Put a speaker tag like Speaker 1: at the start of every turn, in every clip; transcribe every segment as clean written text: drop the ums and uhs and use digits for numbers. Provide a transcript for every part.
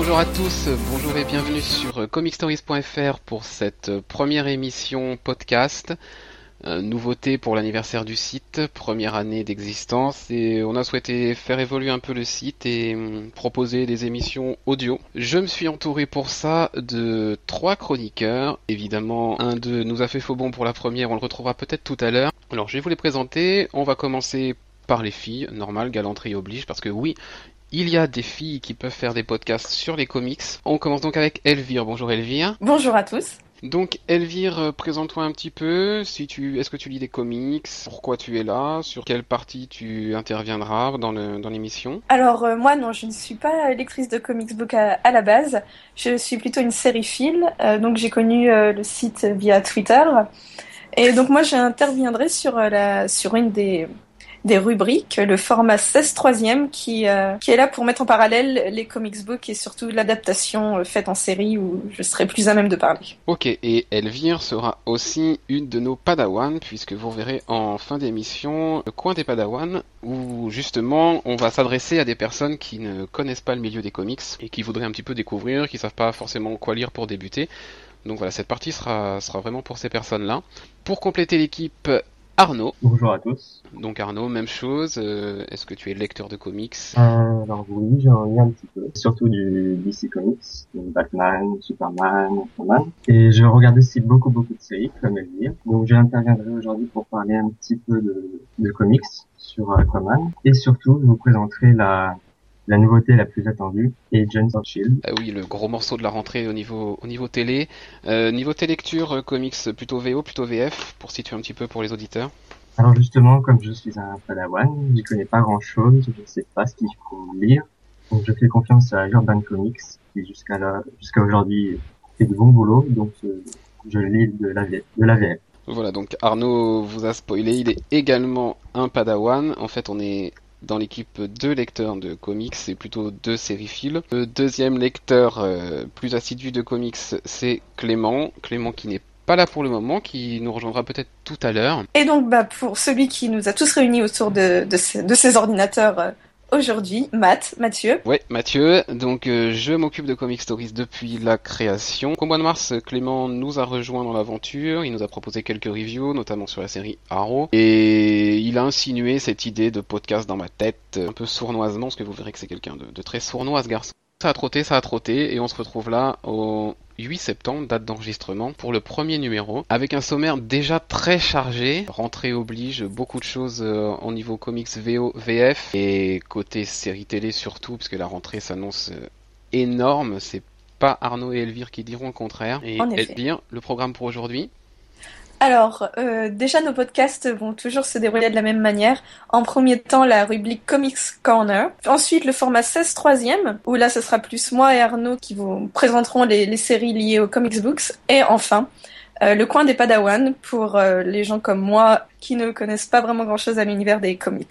Speaker 1: Bonjour à tous, bonjour et bienvenue sur comicstories.fr pour cette première émission podcast. Nouveauté pour l'anniversaire du site, première année d'existence, et on a souhaité faire évoluer un peu le site et proposer des émissions audio. Je me suis entouré pour ça de 3 chroniqueurs. Évidemment, un d'eux nous a fait faux bond pour la première, on le retrouvera peut-être tout à l'heure. Alors je vais vous les présenter, on va commencer par les filles, normal, galanterie oblige, parce que oui, il y a des filles qui peuvent faire des podcasts sur les comics. On commence donc avec Elvire. Bonjour Elvire.
Speaker 2: Bonjour à tous.
Speaker 1: Donc Elvire, présente-toi un petit peu. Est-ce que tu lis des comics? Pourquoi tu es là? Sur quelle partie tu interviendras dans l'émission?
Speaker 2: Alors moi non, je ne suis pas lectrice de comics book à la base. Je suis plutôt une sériephile. Donc j'ai connu le site via Twitter. Et donc moi j'interviendrai sur une des rubriques, le format 16/3 qui est là pour mettre en parallèle les comics books et surtout l'adaptation faite en série où je serai plus à même de parler.
Speaker 1: Ok, et Elvire sera aussi une de nos Padawan, puisque vous verrez en fin d'émission le coin des Padawan, où justement on va s'adresser à des personnes qui ne connaissent pas le milieu des comics et qui voudraient un petit peu découvrir, qui savent pas forcément quoi lire pour débuter. Donc voilà, cette partie sera vraiment pour ces personnes-là. Pour compléter l'équipe, Arnaud.
Speaker 3: Bonjour à tous.
Speaker 1: Donc Arnaud, même chose, est-ce que tu es lecteur de comics?
Speaker 3: Alors oui, j'en lis un petit peu, surtout du DC Comics, donc Batman, Superman, Aquaman. Et je regarde aussi beaucoup de séries, comme Elvire. Donc j'interviendrai aujourd'hui pour parler un petit peu de comics sur Aquaman. Et surtout, je vous présenterai la nouveauté la plus attendue, Agents of S.H.I.E.L.D.
Speaker 1: Ah oui, le gros morceau de la rentrée au niveau télé. Niveau télélecture, comics plutôt VO, plutôt VF, pour situer un petit peu pour les auditeurs.
Speaker 3: Alors justement, comme je suis un padawan, j'y connais pas grand-chose, je ne sais pas ce qu'il faut lire. Donc je fais confiance à Urban Comics, qui jusqu'à aujourd'hui fait du bon boulot, donc je lis de la VF.
Speaker 1: Voilà, donc Arnaud vous a spoilé, il est également un padawan. En fait, on est dans l'équipe 2 lecteurs de comics, c'est plutôt 2 sériphiles. Le deuxième lecteur plus assidu de comics, c'est Clément qui n'est pas là pour le moment, qui nous rejoindra peut-être tout à l'heure.
Speaker 2: Et donc pour celui qui nous a tous réunis autour de ces ordinateurs aujourd'hui, Mathieu.
Speaker 1: Ouais, Mathieu. Donc je m'occupe de Comic Stories depuis la création. Au mois de mars, Clément nous a rejoint dans l'aventure. Il nous a proposé quelques reviews, notamment sur la série Arrow. Et il a insinué cette idée de podcast dans ma tête, un peu sournoisement, parce que vous verrez que c'est quelqu'un de très sournois, ce garçon. Ça a trotté, et on se retrouve là au 8 septembre, date d'enregistrement, pour le premier numéro, avec un sommaire déjà très chargé. Rentrée oblige, beaucoup de choses au niveau comics VO, VF, et côté série télé surtout, parce que la rentrée s'annonce énorme. C'est pas Arnaud et Elvire qui diront le contraire. Et Elvire, le programme pour aujourd'hui?
Speaker 2: Alors, déjà nos podcasts vont toujours se dérouler de la même manière. En premier temps, la rubrique Comics Corner. Ensuite, le format 16/3, où là, ce sera plus moi et Arnaud qui vous présenteront les séries liées aux comics books. Et enfin, le coin des Padawan pour les gens comme moi qui ne connaissent pas vraiment grand-chose à l'univers des comics.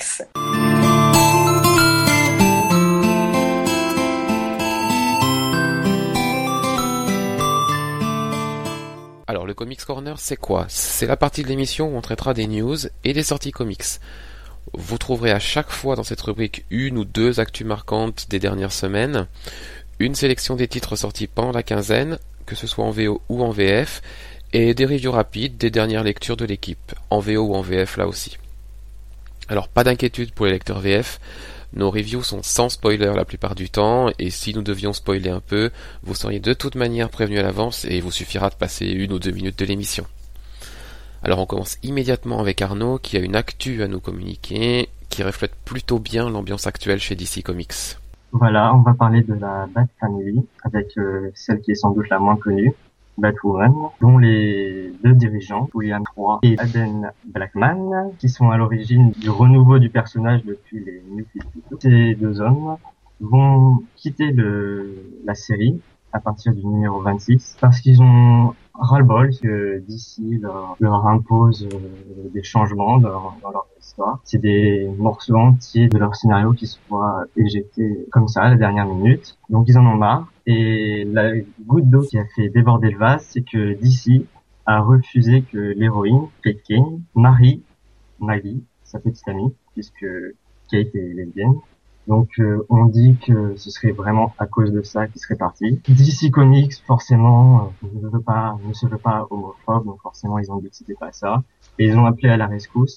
Speaker 1: Alors le Comics Corner, c'est quoi? C'est la partie de l'émission où on traitera des news et des sorties comics. Vous trouverez à chaque fois dans cette rubrique une ou deux actus marquantes des dernières semaines, une sélection des titres sortis pendant la quinzaine, que ce soit en VO ou en VF, et des reviews rapides des dernières lectures de l'équipe, en VO ou en VF là aussi. Alors pas d'inquiétude pour les lecteurs VF, nos reviews sont sans spoiler la plupart du temps, et si nous devions spoiler un peu, vous seriez de toute manière prévenus à l'avance et il vous suffira de passer 1 ou 2 minutes de l'émission. Alors on commence immédiatement avec Arnaud qui a une actu à nous communiquer, qui reflète plutôt bien l'ambiance actuelle chez DC Comics.
Speaker 3: Voilà, on va parler de la Bat Family, avec celle qui est sans doute la moins connue, Batwoman, dont les 2 dirigeants, William III et Aden Blackman, qui sont à l'origine du renouveau du personnage depuis les New 52. Ces 2 hommes vont quitter la série à partir du numéro 26 parce qu'ils ont ras-le-bol que DC leur impose des changements dans leur histoire. C'est des morceaux entiers de leur scénario qui soient éjectés comme ça à la dernière minute. Donc ils en ont marre. Et la goutte d'eau qui a fait déborder le vase, c'est que DC a refusé que l'héroïne, Kate Kane, marie Maggie, sa petite amie, puisque Kate est lesbienne. Donc on dit que ce serait vraiment à cause de ça qu'il serait parti. DC Comics forcément ne se veut pas homophobe, donc forcément ils ont dit que c'était pas ça. Et ils ont appelé à la rescousse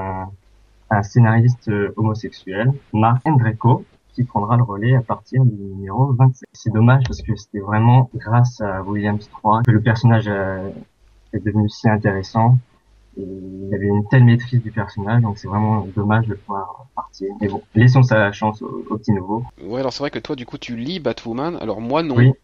Speaker 3: un scénariste homosexuel, Mark Endreko, qui prendra le relais à partir du numéro 27. C'est dommage parce que c'était vraiment grâce à Williams 3 que le personnage est devenu si intéressant. Et il avait une telle maîtrise du personnage, donc c'est vraiment dommage de le voir partir. Mais bon, laissons sa chance au petit nouveau.
Speaker 1: Ouais, alors c'est vrai que toi, du coup, tu lis Batwoman. Alors moi, non.
Speaker 3: Oui.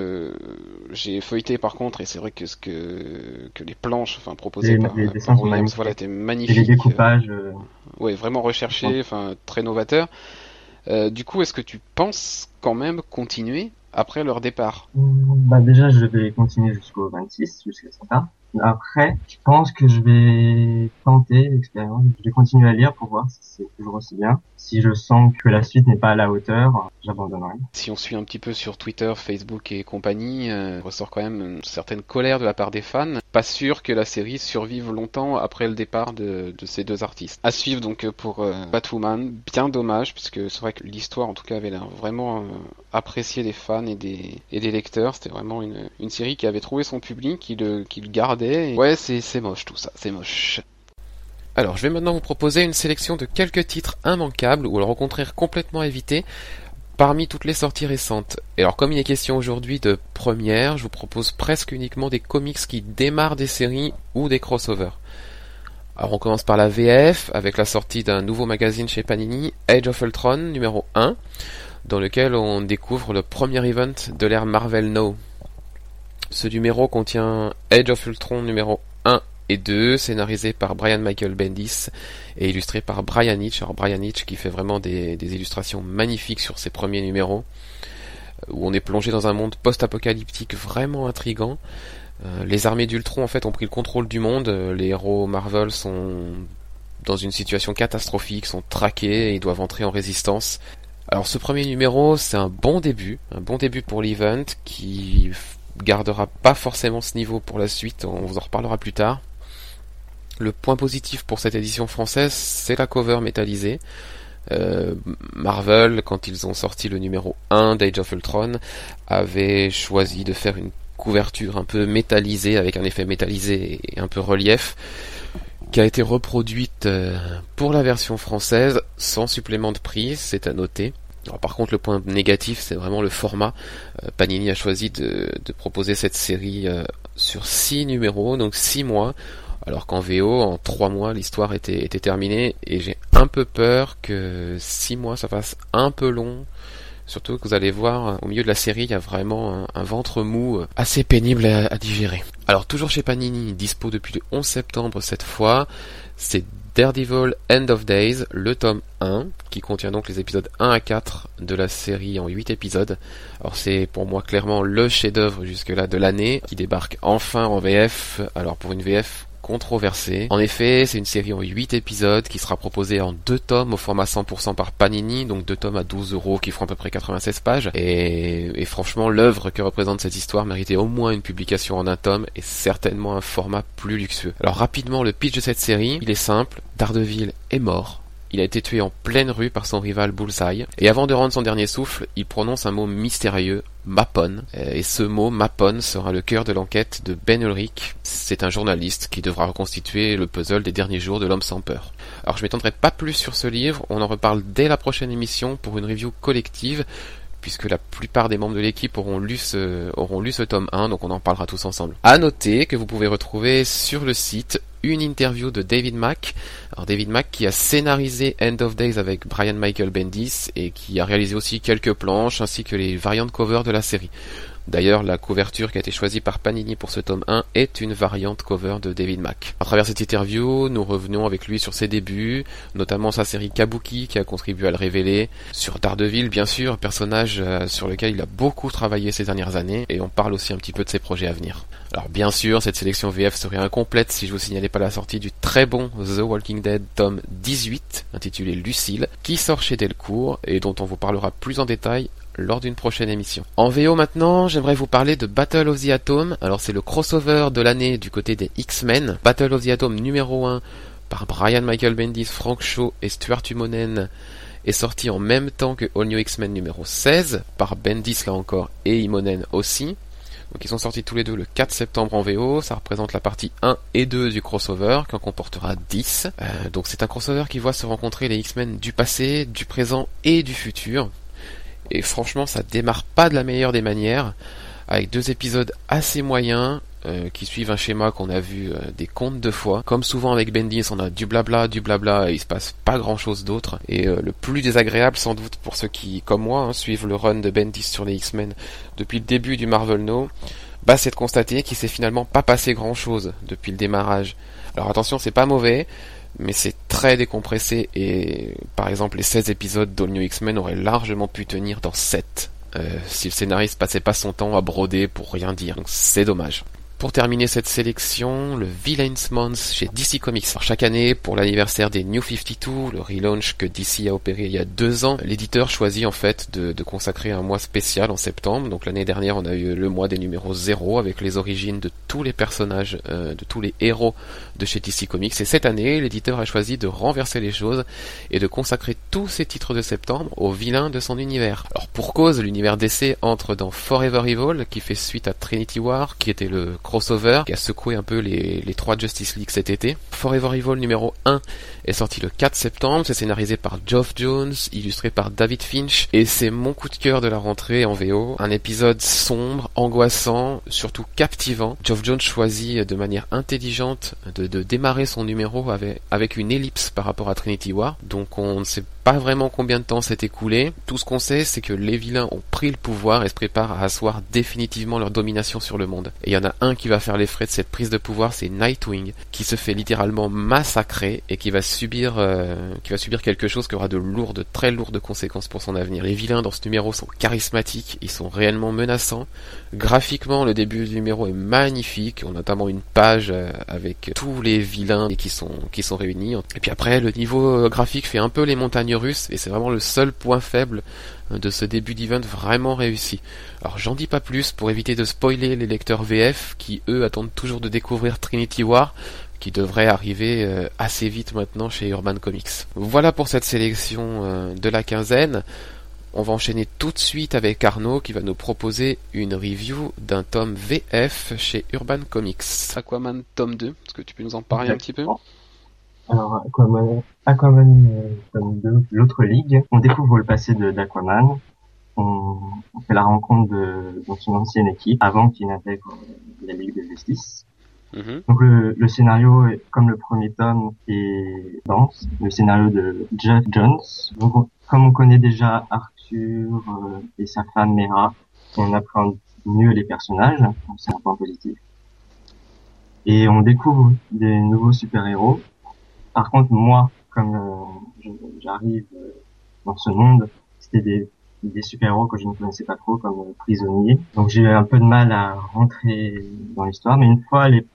Speaker 1: J'ai feuilleté par contre, et c'est vrai que les planches, enfin proposées par
Speaker 3: dessins sont
Speaker 1: Williams,
Speaker 3: magnifiques.
Speaker 1: voilà, étaient
Speaker 3: Et
Speaker 1: magnifiques.
Speaker 3: les découpages.
Speaker 1: Ouais, vraiment recherchés, enfin très novateurs. Du coup, est-ce que tu penses quand même continuer après leur départ?
Speaker 3: Bah déjà, je vais continuer jusqu'au 26, jusqu'à ça. Après, je pense que je vais tenter l'expérience. Je vais continuer à lire pour voir si c'est toujours aussi bien. Si je sens que la suite n'est pas à la hauteur, j'abandonnerai.
Speaker 1: Si on suit un petit peu sur Twitter, Facebook et compagnie, ressort quand même une certaine colère de la part des fans. Pas sûr que la série survive longtemps après le départ de ces deux artistes. À suivre donc pour Batwoman, bien dommage, puisque c'est vrai que l'histoire en tout cas avait l'air vraiment appréciée des fans et des lecteurs. C'était vraiment une série qui avait trouvé son public, qui le gardait. Et... ouais, c'est moche tout ça, c'est moche. Alors, je vais maintenant vous proposer une sélection de quelques titres immanquables, ou alors au contraire complètement évités, parmi toutes les sorties récentes. Et alors, comme il est question aujourd'hui de première, je vous propose presque uniquement des comics qui démarrent des séries ou des crossovers. Alors, on commence par la VF, avec la sortie d'un nouveau magazine chez Panini, Age of Ultron, numéro 1, dans lequel on découvre le premier event de l'ère Marvel Now. Ce numéro contient Age of Ultron numéro 1 et 2, scénarisé par Brian Michael Bendis et illustré par Brian Hitch. Alors Brian Hitch qui fait vraiment des illustrations magnifiques sur ses premiers numéros, où on est plongé dans un monde post-apocalyptique vraiment intriguant. Les armées d'Ultron en fait ont pris le contrôle du monde, les héros Marvel sont dans une situation catastrophique, sont traqués et doivent entrer en résistance. Alors ce premier numéro, c'est un bon début pour l'event qui gardera pas forcément ce niveau pour la suite, on vous en reparlera plus tard. Le point positif pour cette édition française, c'est la cover métallisée. Marvel, quand ils ont sorti le numéro 1 d'Age of Ultron, avait choisi de faire une couverture un peu métallisée, avec un effet métallisé et un peu relief, qui a été reproduite pour la version française, sans supplément de prix, c'est à noter. Alors, par contre, le point négatif, c'est vraiment le format. Panini a choisi de proposer cette série sur 6 numéros, donc 6 mois, alors qu'en VO, en 3 mois, l'histoire était terminée, et j'ai un peu peur que 6 mois, ça fasse un peu long, surtout que vous allez voir, au milieu de la série, il y a vraiment un ventre mou assez pénible à digérer. Alors, toujours chez Panini, dispo depuis le 11 septembre cette fois, c'est Daredevil End of Days, le tome 1, qui contient donc les épisodes 1 à 4 de la série en 8 épisodes. Alors c'est pour moi clairement le chef-d'œuvre jusque-là de l'année, qui débarque enfin en VF, alors pour une VF controversée. En effet, c'est une série en 8 épisodes qui sera proposée en 2 tomes au format 100% par Panini, donc 2 tomes à 12€ qui feront à peu près 96 pages. Et franchement, l'œuvre que représente cette histoire méritait au moins une publication en un tome et certainement un format plus luxueux. Alors rapidement, le pitch de cette série, il est simple, Daredevil est mort. Il a été tué en pleine rue par son rival Bullseye. Et avant de rendre son dernier souffle, il prononce un mot mystérieux, Mapon. Et ce mot, Mapon, sera le cœur de l'enquête de Ben Ulrich. C'est un journaliste qui devra reconstituer le puzzle des derniers jours de l'homme sans peur. Alors je m'étendrai pas plus sur ce livre, on en reparle dès la prochaine émission pour une review collective, puisque la plupart des membres de l'équipe auront lu ce tome 1, donc on en parlera tous ensemble. À noter que vous pouvez retrouver sur le site une interview de David Mack. Alors David Mack qui a scénarisé End of Days avec Brian Michael Bendis et qui a réalisé aussi quelques planches ainsi que les variantes cover de la série. D'ailleurs, la couverture qui a été choisie par Panini pour ce tome 1 est une variante cover de David Mack. À travers cette interview, nous revenons avec lui sur ses débuts, notamment sa série Kabuki qui a contribué à le révéler, sur Daredevil bien sûr, personnage sur lequel il a beaucoup travaillé ces dernières années, et on parle aussi un petit peu de ses projets à venir. Alors bien sûr, cette sélection VF serait incomplète si je vous signalais pas la sortie du très bon The Walking Dead tome 18, intitulé Lucille, qui sort chez Delcourt et dont on vous parlera plus en détail lors d'une prochaine émission. En VO maintenant, j'aimerais vous parler de Battle of the Atom. Alors c'est le crossover de l'année du côté des X-Men. Battle of the Atom numéro 1 par Brian Michael Bendis, Frank Shaw et Stuart Immonen est sorti en même temps que All New X-Men numéro 16, par Bendis là encore, et Immonen aussi. Donc ils sont sortis tous les deux le 4 septembre en VO, ça représente la partie 1 et 2 du crossover, qui en comportera 10. Donc c'est un crossover qui voit se rencontrer les X-Men du passé, du présent et du futur. Et franchement, ça démarre pas de la meilleure des manières, avec 2 épisodes assez moyens, qui suivent un schéma qu'on a vu des contes de fois. Comme souvent avec Bendis, on a du blabla, et il se passe pas grand chose d'autre. Et le plus désagréable sans doute pour ceux qui, comme moi, suivent le run de Bendis sur les X-Men depuis le début du Marvel Now, c'est de constater qu'il s'est finalement pas passé grand chose depuis le démarrage. Alors attention, c'est pas mauvais, mais c'est très décompressé, et par exemple les 16 épisodes d'All New X-Men auraient largement pu tenir dans 7. Si le scénariste passait pas son temps à broder pour rien dire, donc c'est dommage. Pour terminer cette sélection, le Villains Month chez DC Comics. Alors chaque année, pour l'anniversaire des New 52, le relaunch que DC a opéré il y a 2 ans, l'éditeur choisit en fait de consacrer un mois spécial en septembre. Donc l'année dernière, on a eu le mois des numéros 0 avec les origines de tous les personnages, de tous les héros de chez DC Comics. Et cette année, l'éditeur a choisi de renverser les choses et de consacrer tous ces titres de septembre aux vilains de son univers. Alors pour cause, l'univers DC entre dans Forever Evil, qui fait suite à Trinity War, qui était le crossover qui a secoué un peu les 3 Justice League cet été. Forever Evil numéro 1 est sorti le 4 septembre, c'est scénarisé par Geoff Jones, illustré par David Finch, et c'est mon coup de cœur de la rentrée en VO. Un épisode sombre, angoissant, surtout captivant. Geoff Jones choisit de manière intelligente de démarrer son numéro avec une ellipse par rapport à Trinity War, donc on ne sait pas vraiment combien de temps s'est écoulé. Tout ce qu'on sait, c'est que les vilains ont pris le pouvoir et se préparent à asseoir définitivement leur domination sur le monde. Et il y en a un qui va faire les frais de cette prise de pouvoir, c'est Nightwing, qui se fait littéralement massacrer et qui va subir quelque chose qui aura de très lourdes conséquences pour son avenir. Les vilains dans ce numéro sont charismatiques, ils sont réellement menaçants. Graphiquement, le début du numéro est magnifique, on a notamment une page avec tous les vilains qui sont réunis. Et puis après, le niveau graphique fait un peu les montagnes russes, et c'est vraiment le seul point faible de ce début d'event vraiment réussi. Alors j'en dis pas plus pour éviter de spoiler les lecteurs VF qui eux attendent toujours de découvrir Trinity War, qui devrait arriver assez vite maintenant chez Urban Comics. Voilà pour cette sélection de la quinzaine. On va enchaîner tout de suite avec Arnaud qui va nous proposer une review d'un tome VF chez Urban Comics. Aquaman tome 2, est-ce que tu peux nous en parler un petit peu ?
Speaker 3: Alors, Aquaman tome 2, l'autre ligue, on découvre le passé d'Aquaman, on fait la rencontre de son ancienne équipe avant qu'il n'intègre la Ligue de Justice. Mm-hmm. Donc le scénario, comme le premier tome, est dense, le scénario de Geoff Jones. Donc comme on connaît déjà Arthur et sa femme Mera, on appréhende mieux les personnages, donc c'est un point positif. Et on découvre des nouveaux super-héros. Par contre, moi, comme j'arrive dans ce monde, c'était des super-héros que je ne connaissais pas trop, comme Prisonnier. Donc j'ai eu un peu de mal à rentrer dans l'histoire, mais une fois les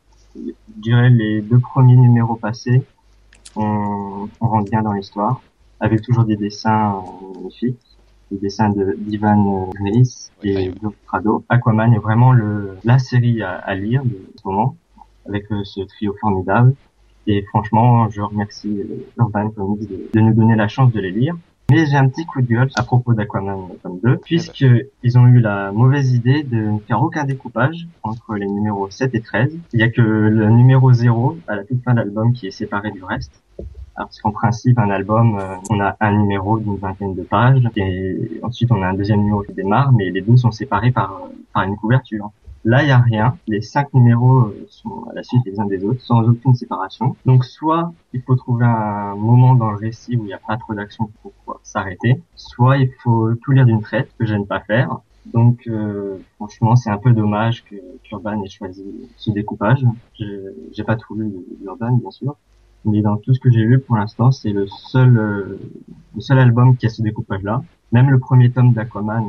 Speaker 3: 2 premiers numéros passés, on rentre bien dans l'histoire, avec toujours des dessins magnifiques, des dessins d'Ivan Reis et Joe Prado. Aquaman est vraiment la série à lire de ce moment, avec ce trio formidable. Et franchement, je remercie Urban Comics de nous donner la chance de les lire. Mais j'ai un petit coup de gueule à propos d'Aquaman tome 2, puisqu'ils ont eu la mauvaise idée de ne faire aucun découpage entre les numéros 7 et 13. Il y a que le numéro 0, à la toute fin de l'album, qui est séparé du reste. Alors, parce qu'en principe, un album, on a un numéro d'une 20aine de pages, et ensuite on a un deuxième numéro qui démarre, mais les deux sont séparés par une couverture. Là, il n'y a rien. Les 5 numéros sont à la suite les uns des autres, sans aucune séparation. Donc, soit il faut trouver un moment dans le récit où il n'y a pas trop d'action pour pouvoir s'arrêter, soit il faut tout lire d'une traite, que je n'aime pas faire. Donc, franchement, c'est un peu dommage qu'Urban ait choisi ce découpage. J'ai pas tout lu d'Urban, bien sûr. Mais dans tout ce que j'ai lu pour l'instant, c'est le seul album qui a ce découpage-là. Même le premier tome d'Aquaman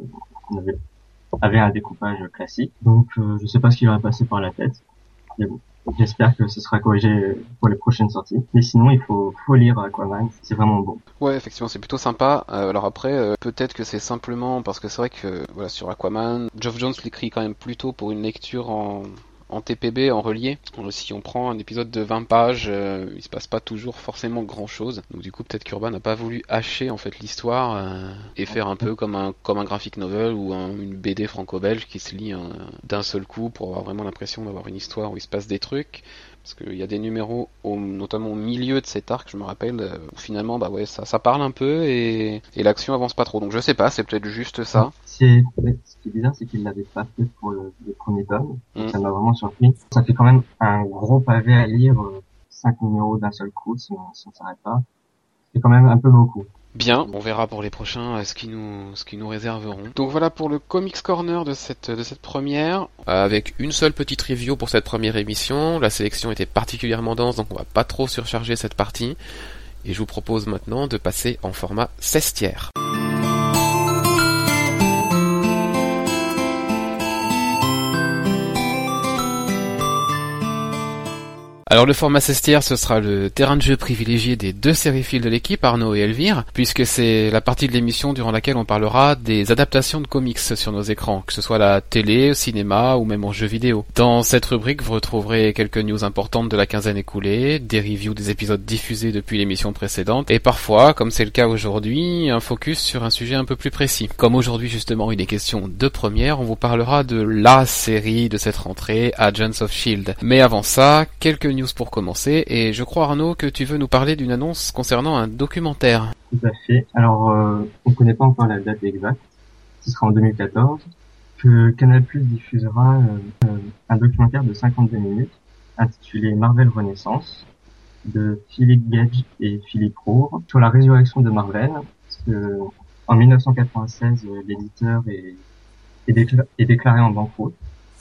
Speaker 3: avait un découpage classique, donc je sais pas ce qui va passer par la tête, mais bon, j'espère que ce sera corrigé pour les prochaines sorties. Mais sinon, il faut lire Aquaman, c'est vraiment bon.
Speaker 1: Ouais, effectivement, c'est plutôt sympa. Alors après, peut-être que c'est simplement parce que c'est vrai que voilà, sur Aquaman, Geoff Jones l'écrit quand même plutôt pour une lecture en TPB, en relié. Si on prend un épisode de 20 pages, il se passe pas toujours forcément grand chose. Donc du coup peut-être qu'Urban n'a pas voulu hacher en fait l'histoire et faire un peu comme un graphic novel ou une BD franco-belge qui se lit d'un seul coup pour avoir vraiment l'impression d'avoir une histoire où il se passe des trucs. Parce qu'il y a des numéros, notamment au milieu de cet arc, je me rappelle, où finalement, bah ouais, ça parle un peu et l'action avance pas trop. Donc je sais pas, c'est peut-être juste ça.
Speaker 3: Ce qui est bizarre, c'est qu'il l'avait pas fait pour le premier tome. Donc ça m'a vraiment surpris. Ça fait quand même un gros pavé à lire, 5 numéros d'un seul coup, si on s'arrête pas. C'est quand même un peu beaucoup.
Speaker 1: Bien, on verra pour les prochains ce qu'ils nous réserveront. Donc voilà pour le Comics Corner de cette première, avec une seule petite review pour cette première émission. La sélection était particulièrement dense, donc on va pas trop surcharger cette partie. Et je vous propose maintenant de passer en format 16/3. Alors le format 16/3, ce sera le terrain de jeu privilégié des deux sériphiles de l'équipe, Arnaud et Elvire, puisque c'est la partie de l'émission durant laquelle on parlera des adaptations de comics sur nos écrans, que ce soit la télé, au cinéma ou même en jeu vidéo. Dans cette rubrique, vous retrouverez quelques news importantes de la quinzaine écoulée, des reviews des épisodes diffusés depuis l'émission précédente, et parfois, comme c'est le cas aujourd'hui, un focus sur un sujet un peu plus précis. Comme aujourd'hui justement il est question de première, on vous parlera de la série de cette rentrée, Agents of S.H.I.E.L.D. Mais avant ça, quelques news pour commencer, et je crois Arnaud que tu veux nous parler d'une annonce concernant un documentaire.
Speaker 3: Tout à fait. Alors, on connaît pas encore la date exacte, ce sera en 2014, que Canal+ diffusera un documentaire de 52 minutes intitulé Marvel Renaissance, de Philip Gage et Philippe Roure, sur la résurrection de Marvel, parce que en 1996, l'éditeur est déclaré en banqueroute.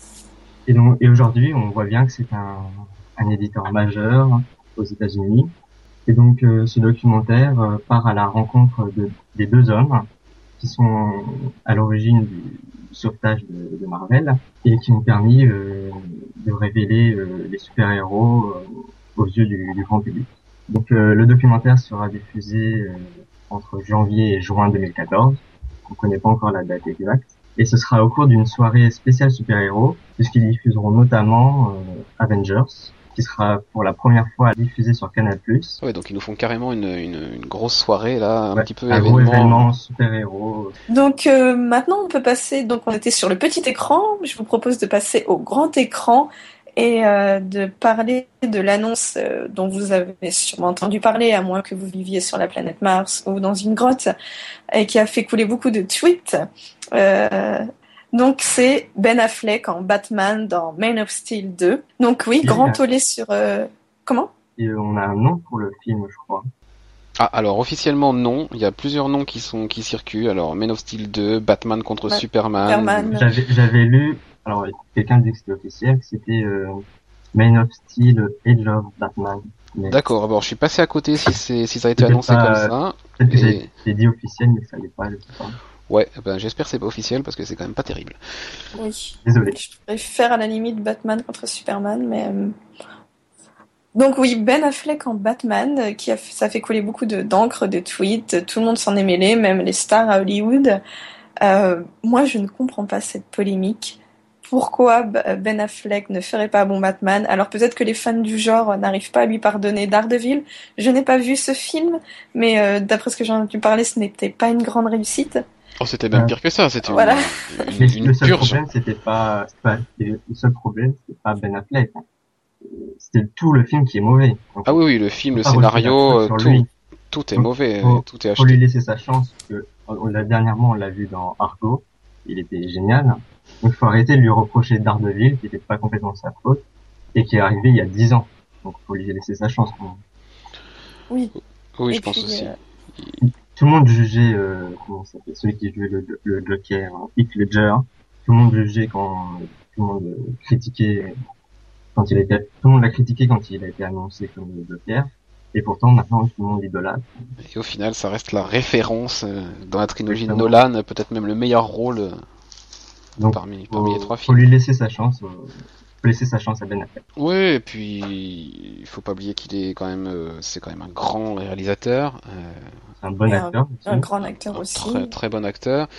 Speaker 3: Et aujourd'hui, on voit bien que c'est un éditeur majeur aux États-Unis. Et donc, ce documentaire part à la rencontre des deux hommes qui sont à l'origine du sauvetage de Marvel et qui ont permis de révéler les super-héros aux yeux du grand public. Donc, le documentaire sera diffusé entre janvier et juin 2014. On ne connaît pas encore la date exacte. Et ce sera au cours d'une soirée spéciale super-héros, puisqu'ils diffuseront notamment Avengers, qui sera pour la première fois diffusé sur Canal+.
Speaker 1: Ouais, donc ils nous font carrément une grosse soirée là, un petit peu
Speaker 3: un gros événement super-héros.
Speaker 2: Donc maintenant on peut passer, donc on était sur le petit écran, je vous propose de passer au grand écran et de parler de l'annonce dont vous avez sûrement entendu parler, à moins que vous viviez sur la planète Mars ou dans une grotte, et qui a fait couler beaucoup de tweets. Donc c'est Ben Affleck en Batman dans Man of Steel 2. Donc oui, grand tollé sur... Comment ?
Speaker 3: Et on a un nom pour le film, je crois.
Speaker 1: Ah, alors officiellement non, il y a plusieurs noms qui circulent. Alors Man of Steel 2, Batman contre Superman.
Speaker 3: J'avais lu, alors quelqu'un dit que c'était officiel, que c'était Man of Steel Age of Batman.
Speaker 1: Mais... D'accord, alors je suis passé à côté si ça a été annoncé comme ça.
Speaker 3: Peut-être que c'est dit officiel, mais ça l'est pas, je sais pas.
Speaker 1: Ouais, ben j'espère que c'est pas officiel parce que c'est quand même pas terrible.
Speaker 2: Oui.
Speaker 3: Désolé.
Speaker 2: Je préfère à la limite Batman contre Superman, mais... Donc oui, Ben Affleck en Batman, ça fait couler beaucoup d'encre, de tweets, tout le monde s'en est mêlé, même les stars à Hollywood. Moi, je ne comprends pas cette polémique. Pourquoi Ben Affleck ne ferait pas un bon Batman? Alors peut-être que les fans du genre n'arrivent pas à lui pardonner Daredevil. Je n'ai pas vu ce film, mais d'après ce que j'ai entendu parler, ce n'était pas une grande réussite.
Speaker 1: Oh, c'était même pire que ça, c'était
Speaker 2: voilà.
Speaker 3: Le seul problème, c'était pas Ben Affleck. C'était tout le film qui est mauvais. Donc,
Speaker 1: ah oui, le film, le scénario, tout est mauvais, tout est acheté.
Speaker 3: Faut lui laisser sa chance, que dernièrement on l'a vu dans Argo, il était génial. Donc faut arrêter de lui reprocher Daredevil, qui n'était pas complètement sa faute, et qui est arrivé il y a 10 ans. Donc faut lui laisser sa chance.
Speaker 2: Oui.
Speaker 1: Oui, je pense aussi.
Speaker 3: Tout le monde jugeait, comment ça s'appelle, celui qui jouait le Joker, Heath Ledger. Tout le monde jugeait tout le monde critiquait tout le monde l'a critiqué quand il a été annoncé comme le Joker. Et pourtant, maintenant, tout le monde l'idolâtre.
Speaker 1: Et au final, ça reste la référence dans la trilogie de Nolan, peut-être même le meilleur rôle parmi les trois films.
Speaker 3: Faut lui laisser sa chance. Faut laisser sa chance à Ben Affleck.
Speaker 1: Oui, et puis il faut pas oublier qu'il est quand même, c'est quand même un grand réalisateur.
Speaker 3: Un bon acteur.
Speaker 2: Un grand acteur aussi.
Speaker 1: Très très bon acteur.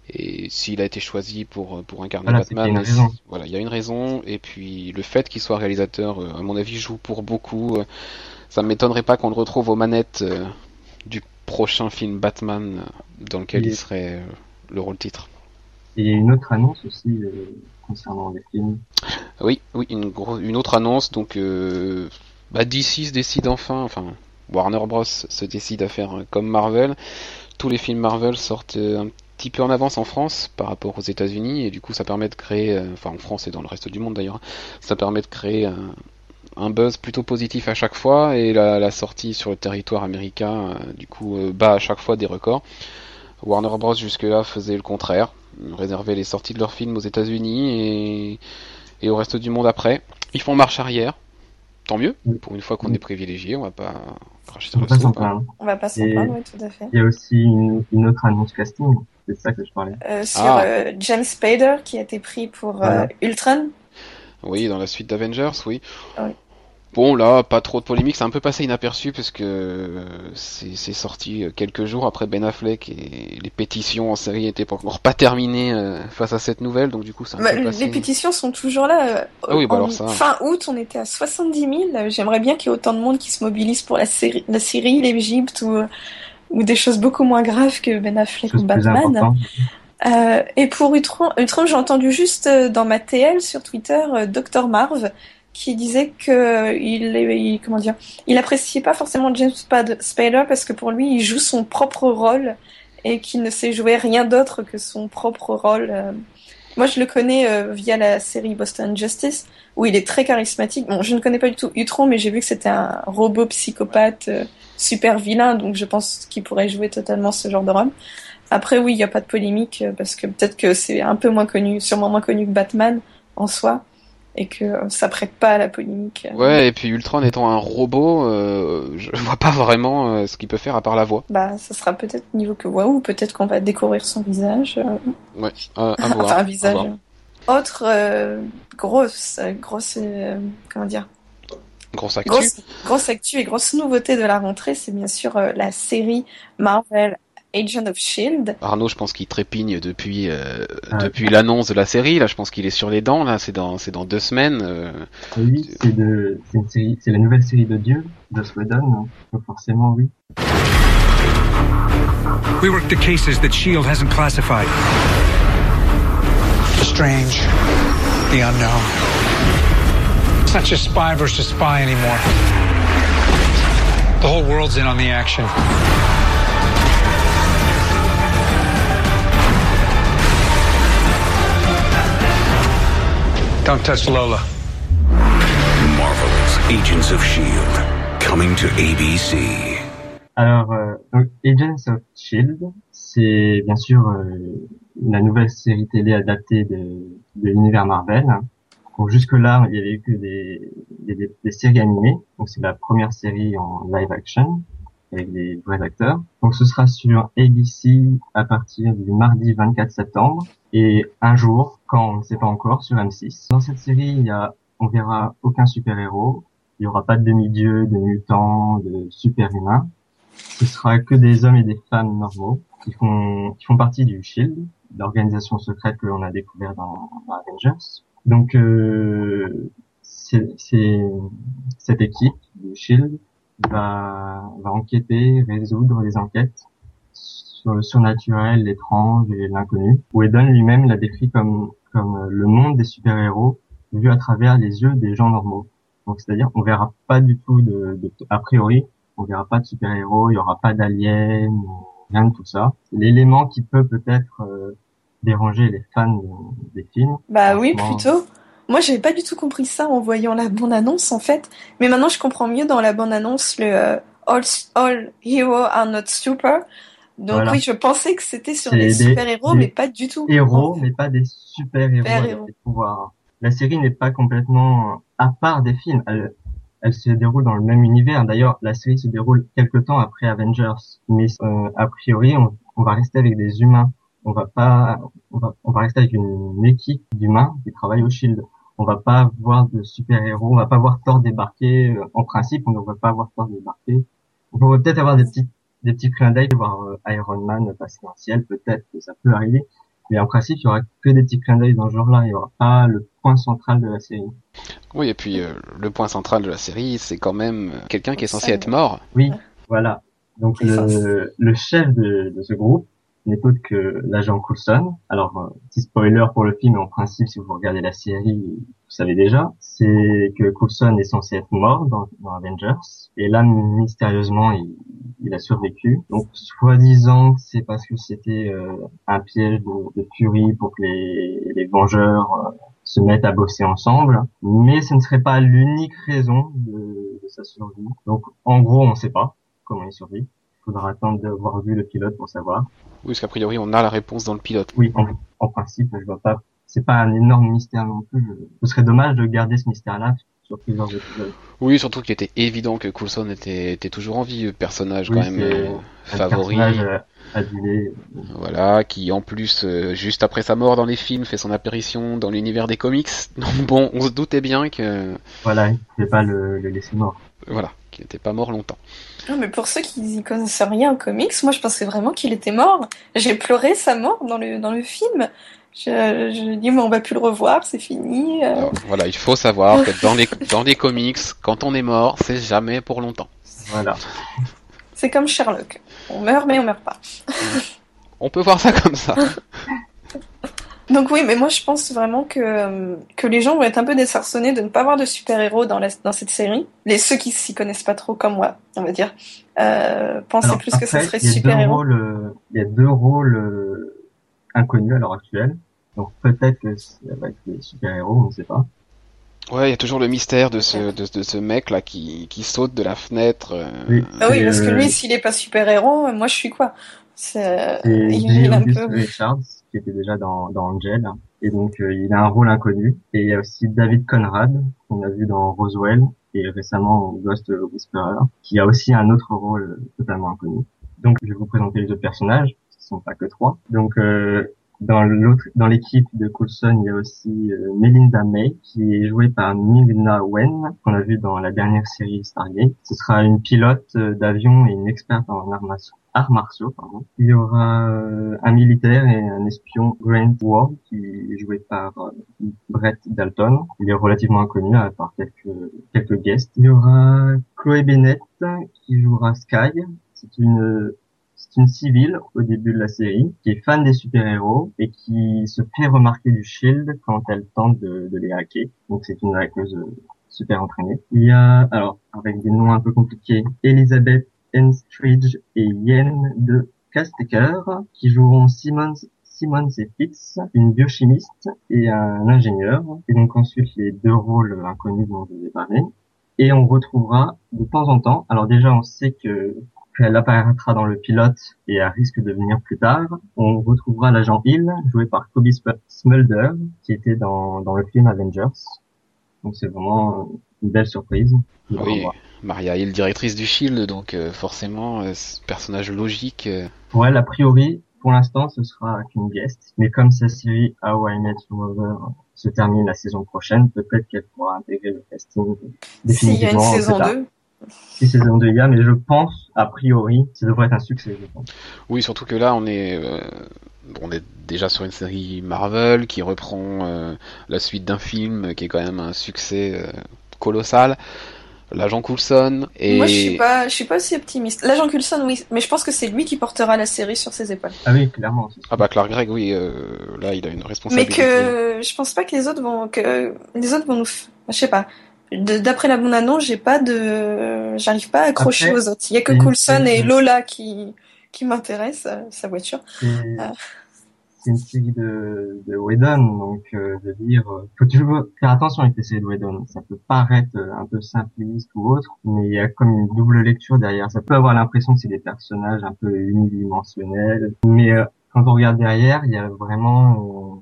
Speaker 1: Et s'il a été choisi pour incarner
Speaker 3: Voilà, c'est qu'il y a
Speaker 1: Batman,
Speaker 3: une raison.
Speaker 1: voilà, il y a une raison. Et puis le fait qu'il soit réalisateur, à mon avis, joue pour beaucoup. Ça ne m'étonnerait pas qu'on le retrouve aux manettes du prochain film Batman dans lequel il
Speaker 3: Et
Speaker 1: serait le rôle titre.
Speaker 3: et il y a une autre annonce aussi concernant les films.
Speaker 1: Oui, oui, une autre annonce. Donc, DC se décide enfin, Warner Bros se décide à faire comme Marvel. Tous les films Marvel sortent un petit peu en avance en France par rapport aux États-Unis, et du coup, ça permet de créer, en France et dans le reste du monde d'ailleurs, ça permet de créer un buzz plutôt positif à chaque fois, et la sortie sur le territoire américain, du coup, bat à chaque fois des records. Warner Bros jusque-là faisait le contraire, réservait les sorties de leurs films aux États-Unis et au reste du monde après. Ils font marche arrière, tant mieux,
Speaker 3: Oui.
Speaker 1: pour une fois qu'on est privilégié, on va pas cracher
Speaker 3: On
Speaker 1: sur
Speaker 3: peut
Speaker 1: la
Speaker 3: pas s'en
Speaker 1: soupe.
Speaker 3: plaindre.
Speaker 2: On va pas s'en
Speaker 3: Et
Speaker 2: plaindre, oui, tout à fait.
Speaker 3: il y a aussi une autre annonce casting. C'est ça que je parlais.
Speaker 2: Sur James Spader qui a été pris pour
Speaker 3: Voilà.
Speaker 2: Ultron.
Speaker 1: Oui, dans la suite d'Avengers, oui.
Speaker 2: Oui.
Speaker 1: Bon, là, pas trop de polémique, c'est un peu passé inaperçu parce que c'est sorti quelques jours après Ben Affleck et les pétitions en série étaient encore pas terminées face à cette nouvelle, donc du coup c'est un peu passé.
Speaker 2: Les pétitions sont toujours là.
Speaker 1: Ah oui, bah alors ça.
Speaker 2: Fin août, on était à 70 000. J'aimerais bien qu'il y ait autant de monde qui se mobilise pour la Syrie, l'Égypte ou des choses beaucoup moins graves que Ben Affleck ou
Speaker 3: Chose plus
Speaker 2: Batman.
Speaker 3: importante.
Speaker 2: Et pour Ultron, j'ai entendu juste dans ma TL sur Twitter Dr Marv qui disait que il appréciait pas forcément James Spader parce que pour lui il joue son propre rôle et qu'il ne sait jouer rien d'autre que son propre rôle. Moi je le connais via la série Boston Justice où il est très charismatique. Bon, je ne connais pas du tout Ultron, mais j'ai vu que c'était un robot psychopathe super vilain, donc je pense qu'il pourrait jouer totalement ce genre de rôle. Après, oui, il n'y a pas de polémique, parce que peut-être que c'est un peu moins connu, sûrement moins connu que Batman, en soi, et que ça prête pas à la polémique.
Speaker 1: Ouais, et puis Ultron étant un robot, je vois pas vraiment ce qu'il peut faire à part la voix.
Speaker 2: Bah, ça sera peut-être niveau que voix, ou peut-être qu'on va découvrir son visage.
Speaker 1: Ouais, à voir.
Speaker 2: Enfin, un visage.
Speaker 1: À voir.
Speaker 2: Autre grosse, comment dire,
Speaker 1: Grosse actu.
Speaker 2: grosse actu et grosse nouveauté de la rentrée, c'est bien sûr la série Marvel Agent of Shield.
Speaker 1: Arnaud, je pense qu'il trépigne depuis l'annonce de la série. Là, je pense qu'il est sur les dents. Là, c'est dans 2 semaines.
Speaker 3: Oui, c'est une série, c'est la nouvelle série de Dieu, Joss Whedon. Donc forcément, oui.
Speaker 4: We work the cases that S.H.I.E.L.D. hasn't classified. The strange, the unknown. It's not just spy versus spy anymore. The whole world's in on the action. Don't touch Lola.
Speaker 5: Marvel's Agents of S.H.I.E.L.D. coming to ABC.
Speaker 3: Alors, donc, Agents of S.H.I.E.L.D., c'est bien sûr la nouvelle série télé adaptée de l'univers Marvel. Donc jusque-là, il y avait eu que des séries animées. Donc c'est la première série en live action avec des vrais acteurs. Donc ce sera sur ABC à partir du mardi 24 septembre et un jour, quand on ne sait pas encore, sur M6. Dans cette série, on verra aucun super-héros. Il y aura pas de demi-dieux, de mutants, de super-humains. Ce sera que des hommes et des femmes normaux qui font partie du S.H.I.E.L.D., l'organisation secrète que l'on a découvert dans Avengers. Donc cette équipe du S.H.I.E.L.D. va enquêter, résoudre les enquêtes sur le surnaturel, l'étrange et l'inconnu. Whedon lui-même l'a décrit comme le monde des super-héros vu à travers les yeux des gens normaux. Donc c'est-à-dire on verra pas du tout a priori, on verra pas de super-héros, il y aura pas d'aliens, rien de tout ça. C'est l'élément qui peut peut-être déranger les fans des films.
Speaker 2: Bah oui, plutôt. Moi, j'avais pas du tout compris ça en voyant la bande-annonce, en fait. Mais maintenant, je comprends mieux dans la bande-annonce le All Heroes Are Not Super. Donc voilà. Oui, je pensais que c'était sur des super-héros, mais pas du tout.
Speaker 3: Héros, mais pas des super-héros avec des pouvoirs. La série n'est pas complètement à part des films. Elle se déroule dans le même univers. D'ailleurs, la série se déroule quelque temps après Avengers. Mais a priori, on va rester avec des humains. On va rester avec une équipe d'humains qui travaillent au S.H.I.E.L.D. On va pas voir de super-héros. On va pas voir Thor débarquer. En principe, on ne va pas voir Thor débarquer. On pourrait peut-être avoir des petits clins d'œil, voir Iron Man passer dans le ciel. Peut-être que ça peut arriver. Mais en principe, il y aura que des petits clins d'œil dans ce genre-là. Il y aura pas le point central de la série.
Speaker 1: Oui, et puis le point central de la série, c'est quand même quelqu'un qui est censé être mort.
Speaker 3: Oui, voilà. Donc le chef de ce groupe n'est autre que l'agent Coulson. Alors, petit spoiler pour le film, mais en principe, si vous regardez la série, vous savez déjà, c'est que Coulson est censé être mort dans Avengers. Et là, mystérieusement, il a survécu. Donc, soi-disant, c'est parce que c'était un piège de Fury pour que les Vengeurs se mettent à bosser ensemble. Mais ce ne serait pas l'unique raison de sa survie. Donc, en gros, on ne sait pas comment il survit. Il faudra attendre d'avoir vu le pilote pour savoir.
Speaker 1: Oui, parce qu'a priori, on a la réponse dans le pilote.
Speaker 3: Oui, en principe, je vois pas. C'est pas un énorme mystère non plus. Ce serait dommage de garder ce mystère-là sur plusieurs épisodes.
Speaker 1: Oui, surtout qu'il était évident que Coulson était toujours en vie, personnage quand même favori.
Speaker 3: Personnage adulé.
Speaker 1: Voilà, qui en plus, juste après sa mort dans les films, fait son apparition dans l'univers des comics. Donc bon, on se doutait bien que...
Speaker 3: Voilà, il ne pouvait pas le laisser mort.
Speaker 1: Voilà, qu'il n'était pas mort longtemps.
Speaker 2: Non, mais pour ceux qui n'y connaissent rien aux comics, moi je pensais vraiment qu'il était mort. J'ai pleuré sa mort dans le film. Je dis, mais on va plus le revoir, c'est fini.
Speaker 1: Alors, voilà, il faut savoir que dans les comics, quand on est mort, c'est jamais pour longtemps.
Speaker 3: Voilà.
Speaker 2: C'est comme Sherlock. On meurt, mais on meurt pas.
Speaker 1: On peut voir ça comme ça.
Speaker 2: Donc oui, mais moi je pense vraiment que les gens vont être un peu désarçonnés de ne pas avoir de super-héros dans cette série. Ceux qui s'y connaissent pas trop comme moi, on va dire, pensaient
Speaker 3: Alors,
Speaker 2: plus
Speaker 3: après,
Speaker 2: que ce serait super-héros.
Speaker 3: Il y a deux rôles inconnus à l'heure actuelle. Donc peut-être que ça va être des super-héros, on ne sait pas.
Speaker 1: Ouais, il y a toujours le mystère de ce mec là qui saute de la fenêtre.
Speaker 3: Oui,
Speaker 2: Ah oui, parce que lui, s'il est pas super-héros, moi je suis quoi?
Speaker 3: C'est
Speaker 2: il est un peu...
Speaker 3: Richards, qui était déjà dans Angel. Et donc, il a un rôle inconnu. Et il y a aussi David Conrad, qu'on a vu dans Roswell, et récemment Ghost Whisperer, qui a aussi un autre rôle totalement inconnu. Donc, je vais vous présenter les autres personnages, ce sont pas que 3. Donc, dans l'équipe de Coulson, il y a aussi Melinda May, qui est jouée par Ming-Na Wen, qu'on a vu dans la dernière série Stargate. Ce sera une pilote d'avion et une experte en arts martiaux. Il y aura un militaire et un espion, Grant Ward, qui est joué par Brett Dalton. Il est relativement inconnu, à part quelques guests. Il y aura Chloé Bennett, qui jouera Sky. C'est une civile au début de la série qui est fan des super-héros et qui se fait remarquer du Shield quand elle tente de les hacker. Donc c'est une hackeuse super entraînée. Il y a, alors, avec des noms un peu compliqués, Elizabeth Enstridge et Yen de Castecker qui joueront Simmons et Fitz, une biochimiste et un ingénieur. Et donc ensuite les deux rôles inconnus dont je vous ai parlé. Et on retrouvera de temps en temps, alors déjà on sait qu'elle apparaîtra dans le pilote et elle risque de venir plus tard. On retrouvera l'agent Hill, joué par Kobe Smulder, qui était dans le film Avengers. Donc c'est vraiment une belle surprise.
Speaker 1: Oui, Maria Hill, directrice du Shield, donc forcément, personnage logique.
Speaker 3: Pour elle, a priori, pour l'instant, ce sera qu'une guest. Mais comme sa série How I Met Your Mother se termine la saison prochaine, peut-être qu'elle pourra intégrer le casting définitivement.
Speaker 2: S'il y a une saison 2.
Speaker 3: Si saison 2 il y a, mais je pense, a priori, ça devrait être un succès, je pense.
Speaker 1: Oui, surtout que là, on est déjà sur une série Marvel qui reprend la suite d'un film qui est quand même un succès colossal. L'agent Coulson et...
Speaker 2: Moi, je suis pas aussi optimiste. L'agent Coulson, oui, mais je pense que c'est lui qui portera la série sur ses épaules.
Speaker 3: Ah oui, clairement.
Speaker 1: Ah bah Clark Gregg, oui, là, il a une responsabilité.
Speaker 2: Mais que je pense pas que les autres vont nous... Je sais pas. D'après la bande-annonce, j'arrive pas à accrocher aux autres. Il y a que Coulson et Lola qui m'intéressent, sa voiture.
Speaker 3: C'est une série de Whedon, donc je veux dire, faut toujours faire attention avec les séries de Whedon. Ça peut paraître un peu simpliste ou autre, mais il y a comme une double lecture derrière. Ça peut avoir l'impression que c'est des personnages un peu unidimensionnels, mais quand on regarde derrière, il y a vraiment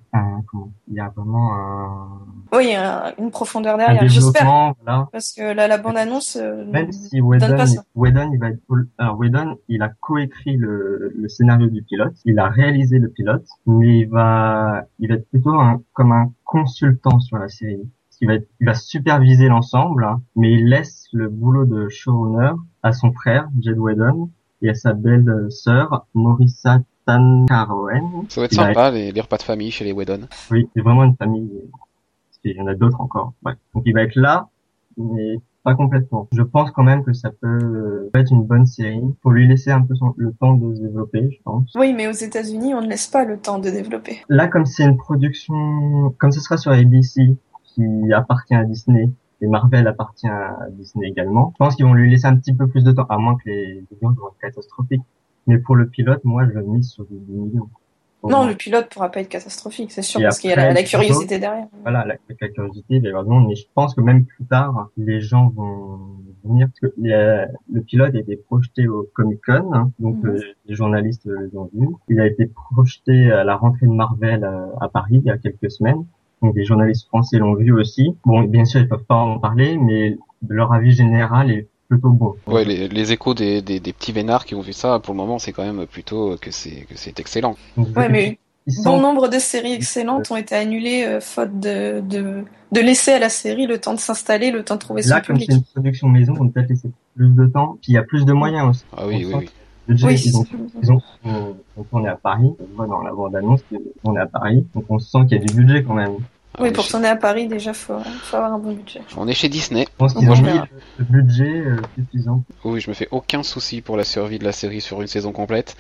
Speaker 2: oui, une profondeur derrière. J'espère.
Speaker 3: Voilà.
Speaker 2: Parce que la bande-annonce
Speaker 3: même si
Speaker 2: donne pas ça.
Speaker 3: Whedon, il a coécrit le scénario du pilote, il a réalisé le pilote, mais il va être plutôt comme un consultant sur la série. Il va superviser l'ensemble, hein, mais il laisse le boulot de showrunner à son frère, Jed Whedon, et à sa belle sœur, Marissa Stan Cohen.
Speaker 1: Ça doit être
Speaker 3: Il a-
Speaker 1: sympa, les repas de famille chez les Whedon.
Speaker 3: Oui, c'est vraiment une famille. Parce qu'il y en a d'autres encore. Ouais. Donc il va être là, mais pas complètement. Je pense quand même que ça peut être une bonne série. Faut lui laisser un peu le temps de se développer, je pense.
Speaker 2: Oui, mais aux États-Unis, on ne laisse pas le temps de développer.
Speaker 3: Là, comme c'est une production, comme ce sera sur ABC, qui appartient à Disney, et Marvel appartient à Disney également, je pense qu'ils vont lui laisser un petit peu plus de temps, à moins que les audiences vont être catastrophiques. Mais pour le pilote, moi, je mise sur des 10 millions.
Speaker 2: Non, le pilote pourra pas être catastrophique, c'est sûr,
Speaker 3: Et
Speaker 2: parce qu'il y a
Speaker 3: après,
Speaker 2: la curiosité derrière.
Speaker 3: Voilà, avec la curiosité, il va y avoir du monde, mais je pense que même plus tard, les gens vont venir, parce que le pilote a été projeté au Comic-Con, hein, donc les journalistes l'ont vu. Il a été projeté à la rentrée de Marvel à Paris il y a quelques semaines, donc des journalistes français l'ont vu aussi. Bon, bien sûr, ils peuvent pas en parler, mais leur avis général est plutôt bon.
Speaker 1: Ouais, les échos des petits vénards qui ont vu ça, pour le moment, c'est quand même plutôt que c'est excellent.
Speaker 3: Donc,
Speaker 2: Ouais, mais
Speaker 3: ils
Speaker 2: bon
Speaker 3: sentent-
Speaker 2: nombre de séries excellentes ont été annulées faute de laisser à la série le temps de s'installer, le temps de trouver son
Speaker 3: Là, comme
Speaker 2: public.
Speaker 3: c'est une production maison, on peut peut-être laisser plus de temps, puis il y a plus de moyens aussi.
Speaker 1: Ah oui, oui, oui.
Speaker 3: Budget,
Speaker 2: Oui,
Speaker 3: ils ont tourné à Paris. On voit dans la bande-annonce qu'on est à Paris. Donc on sent qu'il y a du budget quand même.
Speaker 2: oui,
Speaker 1: On
Speaker 2: pour
Speaker 1: est chez-
Speaker 2: tourner à Paris, déjà, faut avoir un bon budget.
Speaker 1: On est chez Disney.
Speaker 3: Je pense qu'ils
Speaker 2: Moi,
Speaker 3: ont
Speaker 2: je
Speaker 3: mis
Speaker 2: verrai.
Speaker 3: le budget suffisant.
Speaker 1: Oui, je me fais aucun souci pour la survie de la série sur une saison complète.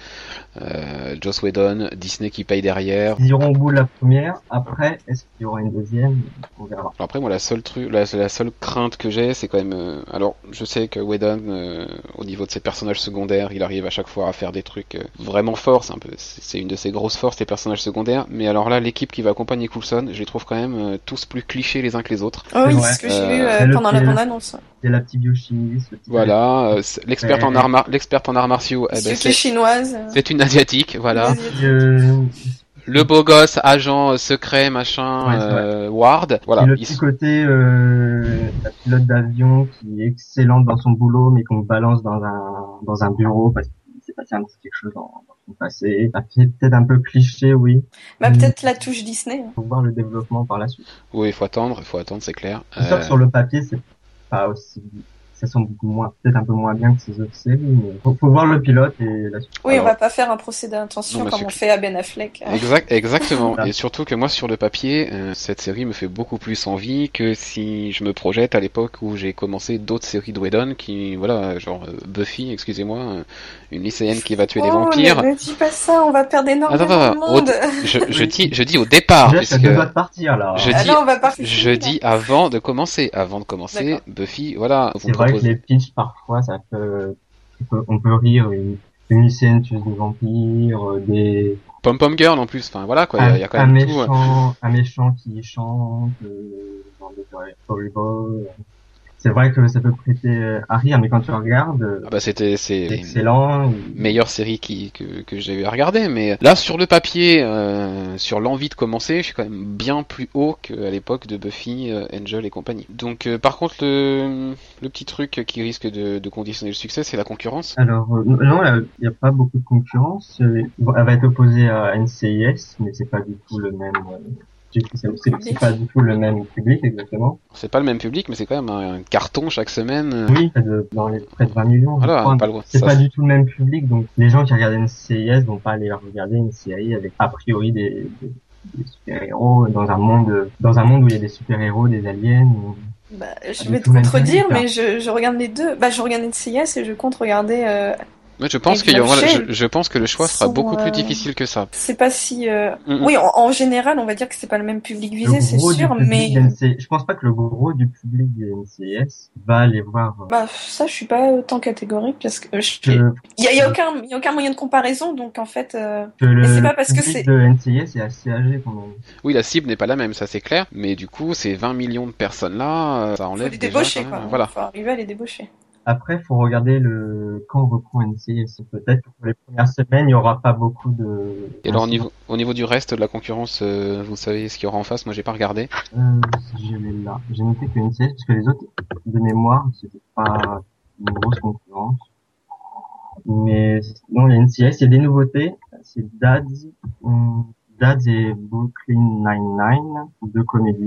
Speaker 1: Joss Whedon, Disney qui paye derrière.
Speaker 3: Ils iront au bout de la première. Après, est-ce qu'il y aura une deuxième? On verra.
Speaker 1: Alors après, moi, la seule crainte que j'ai, c'est quand même. Alors, je sais que Whedon, au niveau de ses personnages secondaires, il arrive à chaque fois à faire des trucs vraiment forts. C'est une de ses grosses forces, les personnages secondaires. Mais alors là, l'équipe qui va accompagner Coulson, je les trouve quand même tous plus clichés les uns que les autres.
Speaker 2: Oh, oui,
Speaker 3: Ouais.
Speaker 2: c'est ce que j'ai vu
Speaker 3: c'est le
Speaker 2: pendant la
Speaker 3: pire.
Speaker 2: bande-annonce.
Speaker 3: C'est la petite biochimiste. le petit-
Speaker 1: Voilà, l'experte en arts martiaux, eh ben,
Speaker 2: Celui qui est chinoise.
Speaker 1: c'est une asiatique, voilà.
Speaker 2: Asiatique.
Speaker 1: Le beau gosse, agent secret, machin,
Speaker 3: Ouais, c'est vrai.
Speaker 1: Ward. Voilà.
Speaker 3: Et le petit côté la pilote d'avion qui est excellente dans son boulot, mais qu'on balance dans un bureau parce qu'il s'est passé un petit quelque chose dans son passé. Ça fait peut-être un peu cliché, oui.
Speaker 2: Bah, peut-être la touche Disney.
Speaker 3: Faut voir le développement par la suite.
Speaker 1: Oui, il faut attendre, c'est clair.
Speaker 3: C'est sûr que sur le papier, c'est pas aussi, ça semble peut-être un peu moins bien que ces autres séries, mais faut voir le pilote et la suite.
Speaker 2: Oui,
Speaker 1: Alors-
Speaker 2: on va pas faire un procès d'intention
Speaker 1: Non, mais
Speaker 2: comme
Speaker 1: c'est
Speaker 2: on fait à Ben Affleck.
Speaker 1: Exactement.
Speaker 3: Voilà.
Speaker 1: Et surtout que moi, sur le papier, cette série me fait beaucoup plus envie que si je me projette à l'époque où j'ai commencé d'autres séries de Whedon qui, voilà, genre Buffy, excusez-moi, une lycéenne qui va tuer des vampires.
Speaker 2: Ne dis pas ça, on va perdre énormément
Speaker 1: Attends,
Speaker 2: de monde.
Speaker 1: je dis au départ,
Speaker 3: Déjà, ça
Speaker 1: puisque
Speaker 3: doit partir, là.
Speaker 1: je
Speaker 2: Ah
Speaker 1: dis,
Speaker 2: non, on va pas
Speaker 1: je dis avant de commencer,
Speaker 2: D'accord.
Speaker 1: Buffy, voilà, vous
Speaker 3: C'est
Speaker 1: me
Speaker 3: vrai que
Speaker 1: proposez.
Speaker 3: les pitchs, parfois, on peut rire, une lycéenne tueuse de vampires,
Speaker 1: Pom Pom Girl en plus, enfin voilà quoi, il y a quand
Speaker 3: un
Speaker 1: même tout.
Speaker 3: un méchant qui chante, dans des storyboards. C'est vrai que ça peut prêter à rire, mais quand tu regardes,
Speaker 1: Ah bah c'est
Speaker 3: c'est excellent.
Speaker 1: meilleure série que j'ai eu à regarder, mais là sur le papier, sur l'envie de commencer, je suis quand même bien plus haut qu'à l'époque de Buffy, Angel et compagnie. Donc par contre le petit truc qui risque de conditionner le succès, c'est la concurrence.
Speaker 3: Alors, non, il n'y a pas beaucoup de concurrence. Elle va être opposée à NCIS, mais c'est pas du tout le même. C'est pas du tout le même public exactement.
Speaker 1: C'est pas le même public, mais c'est quand même un carton chaque semaine.
Speaker 3: Oui, dans les près de 20 millions. je
Speaker 1: Voilà,
Speaker 3: crois.
Speaker 1: pas loin.
Speaker 3: C'est
Speaker 1: Ça,
Speaker 3: pas du tout le même public, donc les gens qui regardent NCIS vont pas aller regarder une série avec a priori des super-héros dans un monde où il y a des super-héros, des aliens.
Speaker 2: Bah,
Speaker 3: Pas
Speaker 2: je
Speaker 3: du
Speaker 2: vais te
Speaker 3: tout le même
Speaker 2: contredire,
Speaker 3: public,
Speaker 2: mais je regarde les deux. Bah, je regarde NCIS et je compte regarder.
Speaker 1: mais je pense
Speaker 2: Et Shale
Speaker 1: je pense que le choix sera
Speaker 2: sont,
Speaker 1: beaucoup plus difficile que ça.
Speaker 2: C'est pas si.
Speaker 1: Mm.
Speaker 2: Oui, en général, on va dire que c'est pas le même public visé, c'est sûr, mais.
Speaker 3: Je pense pas que le gros du public des NCIS va aller voir.
Speaker 2: Bah, ça, je suis pas autant catégorique parce que il y a aucun moyen de comparaison, donc en fait.
Speaker 3: Que
Speaker 2: Mais c'est
Speaker 3: le
Speaker 2: pas parce que
Speaker 3: public
Speaker 2: c'est.
Speaker 3: de NCIS est assez âgé quand même.
Speaker 1: Oui, la cible n'est pas la même, ça c'est clair, mais du coup, ces 20 millions de personnes là, ça
Speaker 2: Faut
Speaker 1: enlève
Speaker 2: les
Speaker 1: déjà
Speaker 2: débaucher,
Speaker 1: quand
Speaker 2: quoi.
Speaker 1: même, voilà.
Speaker 2: Faut arriver à les débaucher.
Speaker 3: Après, faut regarder quand on reprend NCIS. Peut-être que pour les premières semaines, il y aura pas beaucoup de.
Speaker 1: Et alors au niveau du reste de la concurrence, vous savez ce qu'il y aura en face, moi j'ai pas regardé.
Speaker 3: Je l'ai là. J'ai noté que NCIS, parce que les autres, de mémoire, c'était pas une grosse concurrence. Mais non, il y a NCIS, il y a des nouveautés. C'est Dads et Brooklyn Nine-Nine, deux comédies.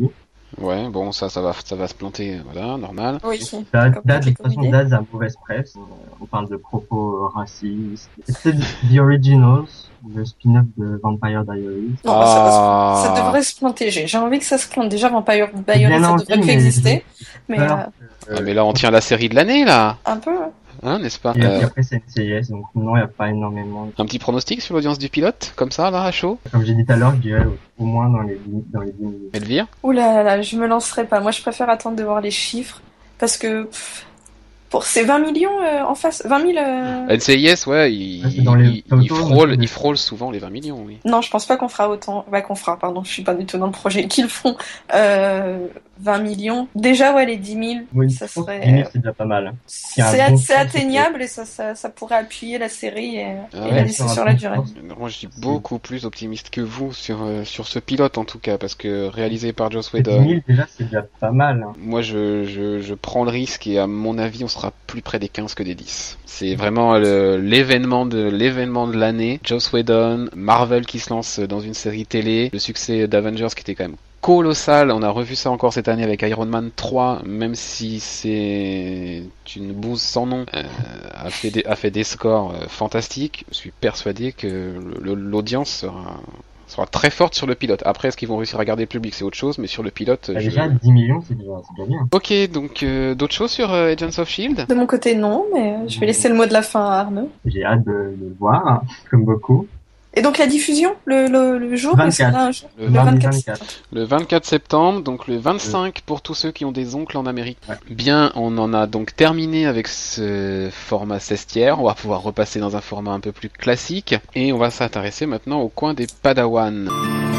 Speaker 1: Ouais, bon, ça va se planter, voilà, normal.
Speaker 2: Oui,
Speaker 3: Daz,
Speaker 2: comme
Speaker 3: de
Speaker 2: toutes les
Speaker 3: toute façon,
Speaker 2: comédies.
Speaker 3: Daz a mauvaise presse. On parle de propos racistes. C'est The Originals, le spin-off de Vampire Diaries.
Speaker 2: Non, bah, ça devrait se planter. J'ai envie que ça se plante. Déjà, Vampire
Speaker 3: J'ai
Speaker 2: Diaries,
Speaker 3: bien
Speaker 2: ça
Speaker 3: envie,
Speaker 2: devrait plus
Speaker 3: mais
Speaker 2: exister.
Speaker 3: j'ai
Speaker 2: Mais
Speaker 3: peur
Speaker 1: Ah, mais là, on tient la série de l'année, là,
Speaker 2: un peu.
Speaker 1: hein, n'est-ce pas?
Speaker 3: et après, c'est NCIS, donc non, il n'y a pas énormément.
Speaker 1: Un petit pronostic sur l'audience du pilote, comme ça, là, à chaud?
Speaker 3: Comme j'ai dit tout à l'heure, je dirais au moins dans les 10 minutes.
Speaker 1: Elvire?
Speaker 2: Ouh là là, je me lancerai pas. Moi, je préfère attendre de voir les chiffres. Parce que pour ces 20 millions en face, 20 000.
Speaker 1: NCIS, ouais,
Speaker 3: c'est dans les
Speaker 1: il frôle souvent les 20 millions, oui.
Speaker 2: Non, je pense pas qu'on fera autant. Bah, qu'on fera, pardon, je suis pas du tout dans le projet. Qu'ils feront 20 millions. Déjà, ouais, les 10 000,
Speaker 3: Oui,
Speaker 2: ça
Speaker 3: je pense que
Speaker 2: serait.
Speaker 3: 10 000, c'est déjà pas mal.
Speaker 2: C'est
Speaker 3: un bon
Speaker 2: c'est
Speaker 3: sens,
Speaker 2: atteignable et ça pourrait appuyer la série et
Speaker 1: Ah
Speaker 2: la
Speaker 1: ouais,
Speaker 2: laisser
Speaker 3: sur
Speaker 2: sur
Speaker 3: un
Speaker 2: la
Speaker 3: bon
Speaker 2: durée.
Speaker 3: sens.
Speaker 1: Moi, je suis beaucoup plus optimiste que vous sur ce pilote, en tout cas, parce que réalisé par Joss
Speaker 3: 10
Speaker 1: Whedon,
Speaker 3: 000, déjà, c'est déjà pas mal.
Speaker 1: moi, je prends le risque et à mon avis, on sera plus près des 15 que des 10. C'est vraiment l'événement de l'année. Joss Whedon, Marvel qui se lance dans une série télé, le succès d'Avengers qui était quand même colossal. On a revu ça encore cette année avec Iron Man 3, même si c'est une bouse sans nom, a fait des scores fantastiques. Je suis persuadé que l'audience sera très forte sur le pilote. Après, est-ce qu'ils vont réussir à garder le public, c'est autre chose, mais sur le pilote,
Speaker 3: Bah, déjà, 10 millions, c'est déjà bien.
Speaker 1: Ok, donc d'autres choses sur Agents of Shield?
Speaker 2: De mon côté, non, mais je vais laisser le mot de la fin à Arnaud.
Speaker 3: J'ai hâte de le voir, hein, comme beaucoup.
Speaker 2: Et donc la diffusion, le jour,
Speaker 3: 24.
Speaker 2: est-ce qu'on a un jour
Speaker 1: Le
Speaker 2: Le 24.
Speaker 1: Le 24 septembre, donc le 25 pour tous ceux qui ont des oncles en Amérique.
Speaker 3: Ouais.
Speaker 1: Bien, on en a donc terminé avec ce format 16 tiers. On va pouvoir repasser dans un format un peu plus classique. Et on va s'intéresser maintenant au coin des Padawan.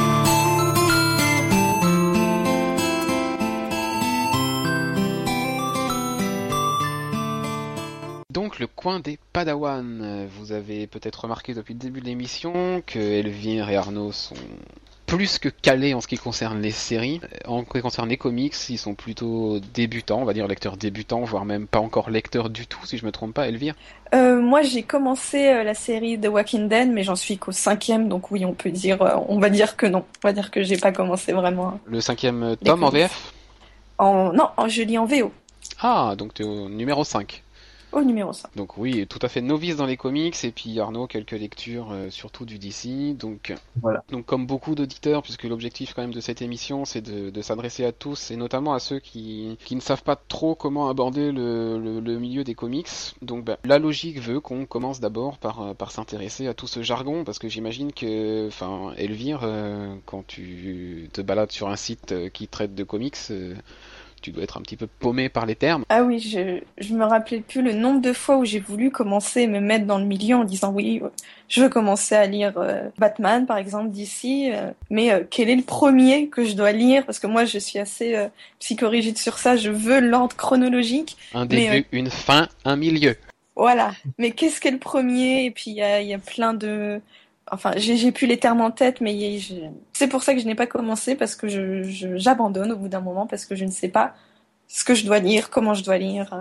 Speaker 1: Donc le coin des Padawan, vous avez peut-être remarqué depuis le début de l'émission que Elvire et Arnaud sont plus que calés en ce qui concerne les séries. En ce qui concerne les comics, ils sont plutôt débutants, on va dire lecteurs débutants, voire même pas encore lecteurs du tout, si je me trompe pas, Elvire.
Speaker 2: Moi, j'ai commencé la série The Walking Dead, mais j'en suis qu'au 5e, donc oui, on va dire que non. On va dire que j'ai pas commencé vraiment.
Speaker 1: Le 5e tome en
Speaker 2: comics.
Speaker 1: VF?
Speaker 2: Non, je lis en VO,
Speaker 1: Ah, donc t'es au numéro 5.
Speaker 2: au numéro 5.
Speaker 1: Donc oui, tout à fait novice dans les comics, et puis Arnaud, quelques lectures, surtout du DC. Donc
Speaker 3: Voilà.
Speaker 1: Donc comme beaucoup d'auditeurs, puisque l'objectif quand même de cette émission, c'est de s'adresser à tous, et notamment à ceux qui ne savent pas trop comment aborder le milieu des comics. Donc la logique veut qu'on commence d'abord par s'intéresser à tout ce jargon, parce que j'imagine que, enfin, Elvire, quand tu te balades sur un site qui traite de comics, tu dois être un petit peu paumé par les termes.
Speaker 2: Ah oui, je me rappelais plus le nombre de fois où j'ai voulu commencer à me mettre dans le milieu en disant oui, je veux commencer à lire Batman par exemple d'ici, mais quel est le premier que je dois lire? Parce que moi je suis assez psychorigide sur ça, je veux l'ordre chronologique.
Speaker 1: Un début, une fin, un milieu.
Speaker 2: Voilà, mais qu'est-ce qu'est le premier? Et puis il y a plein de... Enfin, j'ai plus les termes en tête, mais c'est pour ça que je n'ai pas commencé, parce que j'abandonne au bout d'un moment, parce que je ne sais pas ce que je dois lire, comment je dois lire.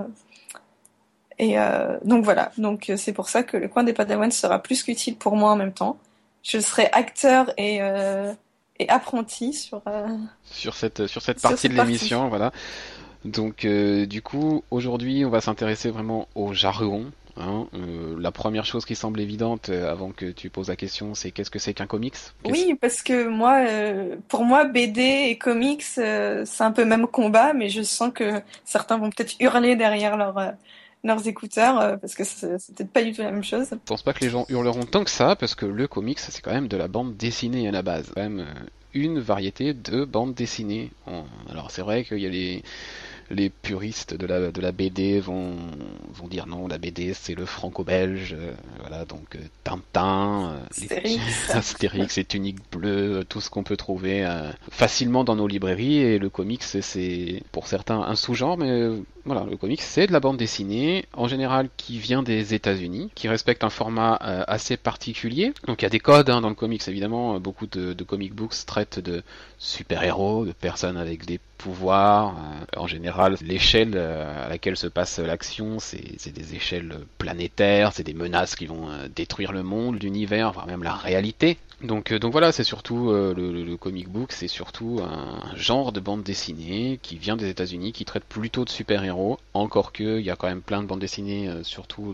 Speaker 2: Et donc voilà, donc c'est pour ça que le coin des Padawan sera plus qu'utile pour moi en même temps. Je serai acteur et apprenti sur
Speaker 1: cette partie de l'émission, voilà. Donc du coup, aujourd'hui, on va s'intéresser vraiment au jargon. Hein, la première chose qui semble évidente avant que tu poses la question, c'est qu'est-ce que c'est qu'un comics?
Speaker 2: Oui, parce que moi, pour moi, BD et comics, c'est un peu même combat, mais je sens que certains vont peut-être hurler derrière leurs écouteurs, parce que c'est peut-être pas du tout la même chose.
Speaker 1: Je pense pas que les gens hurleront tant que ça, parce que le comics, c'est quand même de la bande dessinée à la base. Quand même une variété de bande dessinée. Alors c'est vrai qu'il y a les puristes de la BD vont dire non, la BD c'est le franco-belge, voilà, donc Tintin, Astérix et Tunique Bleue, tout ce qu'on peut trouver facilement dans nos librairies, et le comics c'est pour certains un sous-genre, mais Voilà, le comics, c'est de la bande dessinée, en général qui vient des États-Unis, qui respecte un format assez particulier. Donc il y a des codes dans le comics, évidemment. Beaucoup de comic books traitent de super-héros, de personnes avec des pouvoirs. En général, l'échelle à laquelle se passe l'action, c'est des échelles planétaires, c'est des menaces qui vont détruire le monde, l'univers, voire même la réalité. Donc voilà, c'est surtout le comic book, c'est surtout un genre de bande dessinée qui vient des États-Unis, qui traite plutôt de super-héros, encore que il y a quand même plein de bandes dessinées, surtout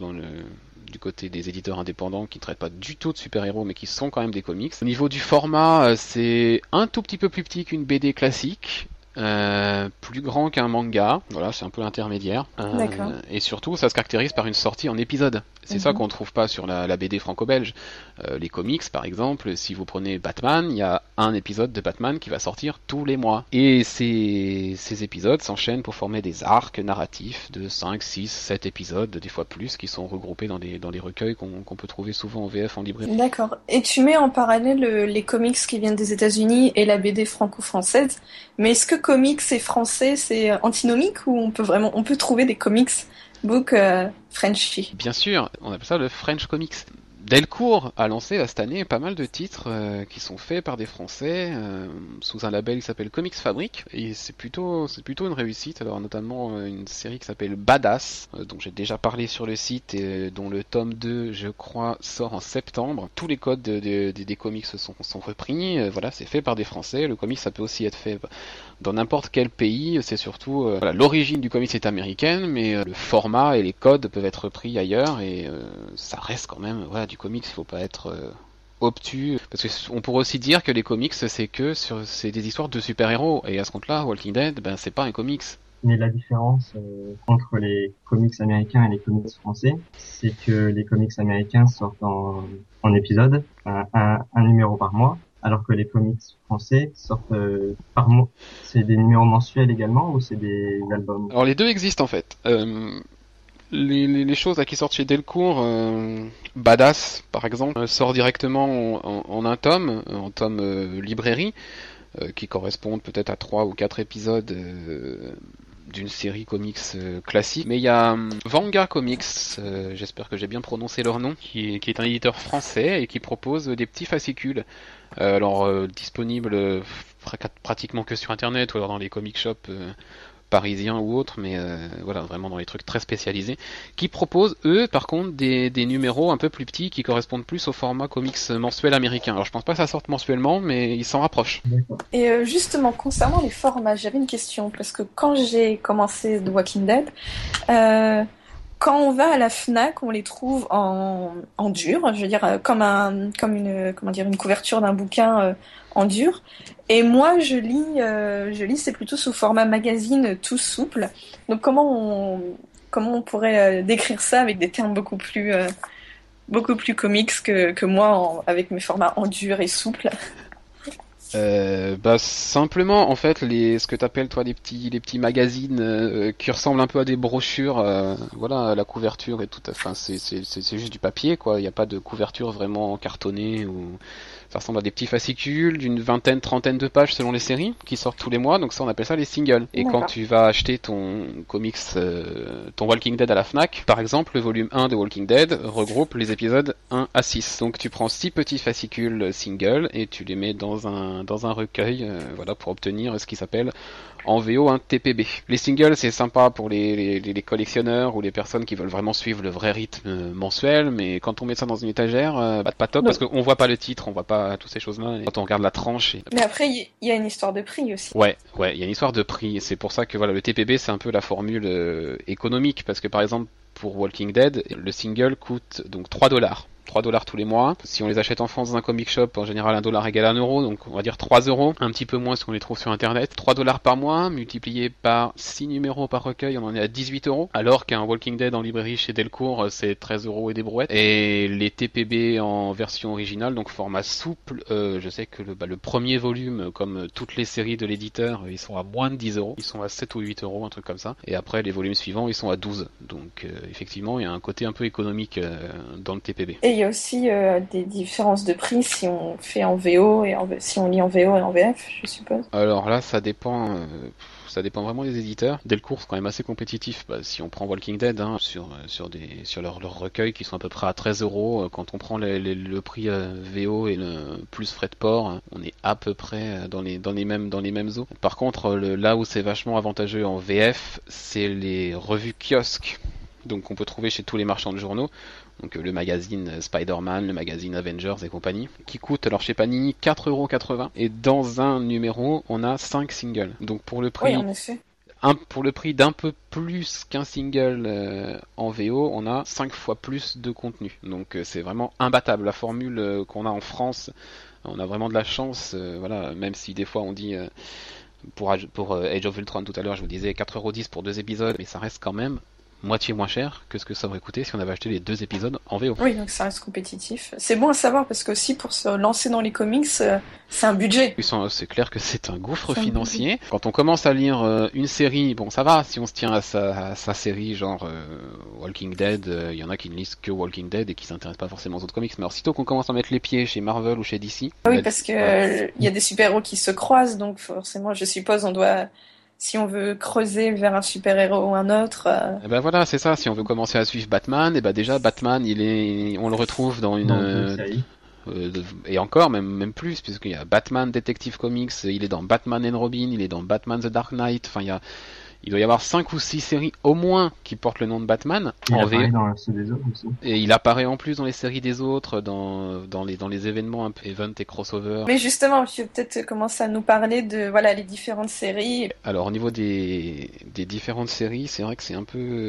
Speaker 1: du côté des éditeurs indépendants qui traitent pas du tout de super-héros mais qui sont quand même des comics. Au niveau du format, c'est un tout petit peu plus petit qu'une BD classique. Plus grand qu'un manga, voilà, c'est un peu l'intermédiaire. Et surtout, ça se caractérise par une sortie en épisode. C'est ça qu'on ne trouve pas sur la BD franco-belge. Les comics, par exemple, si vous prenez Batman, il y a un épisode de Batman qui va sortir tous les mois. Et ces épisodes s'enchaînent pour former des arcs narratifs de 5, 6, 7 épisodes, des fois plus, qui sont regroupés dans des recueils qu'on peut trouver souvent en VF, en librairie.
Speaker 2: D'accord. Et tu mets en parallèle les comics qui viennent des États-Unis et la BD franco-française. Mais est-ce que comics et français, c'est antinomique ou on peut trouver des comics book Frenchy?
Speaker 1: Bien sûr, on appelle ça le French Comics. Delcourt a lancé cette année pas mal de titres qui sont faits par des Français sous un label qui s'appelle Comics Fabrique, et c'est plutôt une réussite. Alors notamment une série qui s'appelle Badass, dont j'ai déjà parlé sur le site et dont le tome 2, je crois, sort en septembre. Tous les codes des comics sont repris. Voilà, c'est fait par des Français. Le comics, ça peut aussi être fait dans n'importe quel pays. C'est surtout l'origine du comics est américaine, mais le format et les codes peuvent être repris ailleurs, et ça reste quand même du comics. Il faut pas être obtus, parce qu'on pourrait aussi dire que les comics c'est des histoires de super-héros, et à ce compte-là, Walking Dead, c'est pas un comics.
Speaker 3: Mais la différence entre les comics américains et les comics français, c'est que les comics américains sortent en épisodes, un numéro par mois, alors que les comics français sortent par mois. C'est des numéros mensuels également, ou c'est des albums?
Speaker 1: Alors les deux existent en fait. Les choses là qui sortent chez Delcourt, Badass par exemple, sort directement en un tome, en tome librairie, qui correspondent peut-être à 3 ou 4 épisodes d'une série comics classique. Mais il y a Vanga Comics, j'espère que j'ai bien prononcé leur nom, qui est un éditeur français et qui propose des petits fascicules. Disponibles pratiquement que sur internet ou alors dans les comic shops parisiens ou autres, mais vraiment dans les trucs très spécialisés, qui proposent eux par contre des numéros un peu plus petits qui correspondent plus au format comics mensuel américain. Alors je pense pas que ça sorte mensuellement, mais ils s'en rapprochent.
Speaker 2: Et justement, concernant les formats, j'avais une question, parce que quand j'ai commencé The Walking Dead, quand on va à la Fnac, on les trouve en dur, je veux dire comme une couverture d'un bouquin en dur. Et moi, je lis, c'est plutôt sous format magazine, tout souple. Donc comment on pourrait décrire ça avec des termes beaucoup plus comics que moi, avec mes formats en dur et souple?
Speaker 1: Simplement en fait ce que t'appelles toi les petits magazines qui ressemblent un peu à des brochures, la couverture et tout, enfin c'est juste du papier quoi, il n'y a pas de couverture vraiment cartonnée, ou ça ressemble à des petits fascicules d'une vingtaine, trentaine de pages selon les séries qui sortent tous les mois, donc ça on appelle ça les singles. Et quand tu vas acheter ton comics, ton Walking Dead à la Fnac, par exemple, le volume 1 de Walking Dead regroupe les épisodes 1 à 6. Donc tu prends 6 petits fascicules singles et tu les mets dans un recueil, pour obtenir ce qui s'appelle en VO un TPB. Les singles c'est sympa pour les collectionneurs ou les personnes qui veulent vraiment suivre le vrai rythme mensuel, mais quand on met ça dans une étagère, pas top, parce qu'on voit pas le titre, on voit pas toutes ces choses-là, et quand on regarde la tranche...
Speaker 2: Mais après, il y a une histoire de prix aussi.
Speaker 1: Ouais, il y a une histoire de prix, c'est pour ça que le TPB c'est un peu la formule économique, parce que par exemple, pour Walking Dead, le single coûte donc $3. $3 tous les mois. Si on les achète en France dans un comic shop, en général $1 égale €, donc on va dire 3 €, un petit peu moins si on les trouve sur internet. $3 par mois, multiplié par 6 numéros par recueil, on en est à 18 €, alors qu'un Walking Dead en librairie chez Delcourt, c'est 13 € et des brouettes. Et les TPB en version originale, donc format souple, je sais que le premier volume, comme toutes les séries de l'éditeur, ils sont à moins de 10 €, ils sont à 7 ou 8 €, un truc comme ça. Et après, les volumes suivants, ils sont à 12. Donc effectivement, il y a un côté un peu économique dans le TPB.
Speaker 2: Et il y y a aussi des différences de prix si on fait en VO et si on lit en VO et en VF, je suppose.
Speaker 1: Alors là, ça dépend vraiment des éditeurs. Delcourt, c'est quand même assez compétitif. Si on prend Walking Dead, sur leurs recueils qui sont à peu près à 13€, quand on prend le prix VO et le plus frais de port, on est à peu près dans les mêmes eaux. Par contre, là où c'est vachement avantageux en VF, c'est les revues kiosques. Donc on peut trouver chez tous les marchands de journaux, donc le magazine Spider-Man, le magazine Avengers et compagnie, qui coûte alors chez Panini 4,80€, et dans un numéro on a 5 singles. Donc pour le prix,
Speaker 2: oui, en effet.
Speaker 1: pour le prix d'un peu plus qu'un single en VO, on a 5 fois plus de contenu. Donc c'est vraiment imbattable. La formule qu'on a en France, on a vraiment de la chance, voilà, même si des fois on dit pour Age of Ultron tout à l'heure, je vous disais 4,10€ pour 2 épisodes, mais ça reste quand même moitié moins cher que ce que ça aurait coûté si on avait acheté les 2 épisodes en VO.
Speaker 2: Oui, donc ça reste compétitif. C'est bon à savoir parce que aussi pour se lancer dans les comics, c'est un budget.
Speaker 1: C'est clair que c'est un gouffre financier. Quand on commence à lire une série, bon ça va, si on se tient à sa série genre Walking Dead, il y en a qui ne lisent que Walking Dead et qui s'intéressent pas forcément aux autres comics, mais alors sitôt qu'on commence à mettre les pieds chez Marvel ou chez DC...
Speaker 2: Oui, parce que il y a des super-héros qui se croisent, donc forcément je suppose on doit... Si on veut creuser vers un super-héros ou un autre...
Speaker 1: Et ben voilà, c'est ça. Si on veut commencer à suivre Batman, et ben déjà Batman, on le retrouve dans une
Speaker 3: série.
Speaker 1: Et encore, même plus, puisqu'il y a Batman Detective Comics, il est dans Batman and Robin, il est dans Batman The Dark Knight. Enfin, il doit y avoir 5 ou 6 séries au moins qui portent le nom de Batman.
Speaker 3: Il apparaît dans ceux des autres aussi.
Speaker 1: Et il apparaît en plus dans les séries des autres, dans les événements un peu event et crossover.
Speaker 2: Mais justement, tu peux peut-être commencer à nous parler de les différentes séries.
Speaker 1: Alors au niveau des différentes séries, c'est vrai que c'est un peu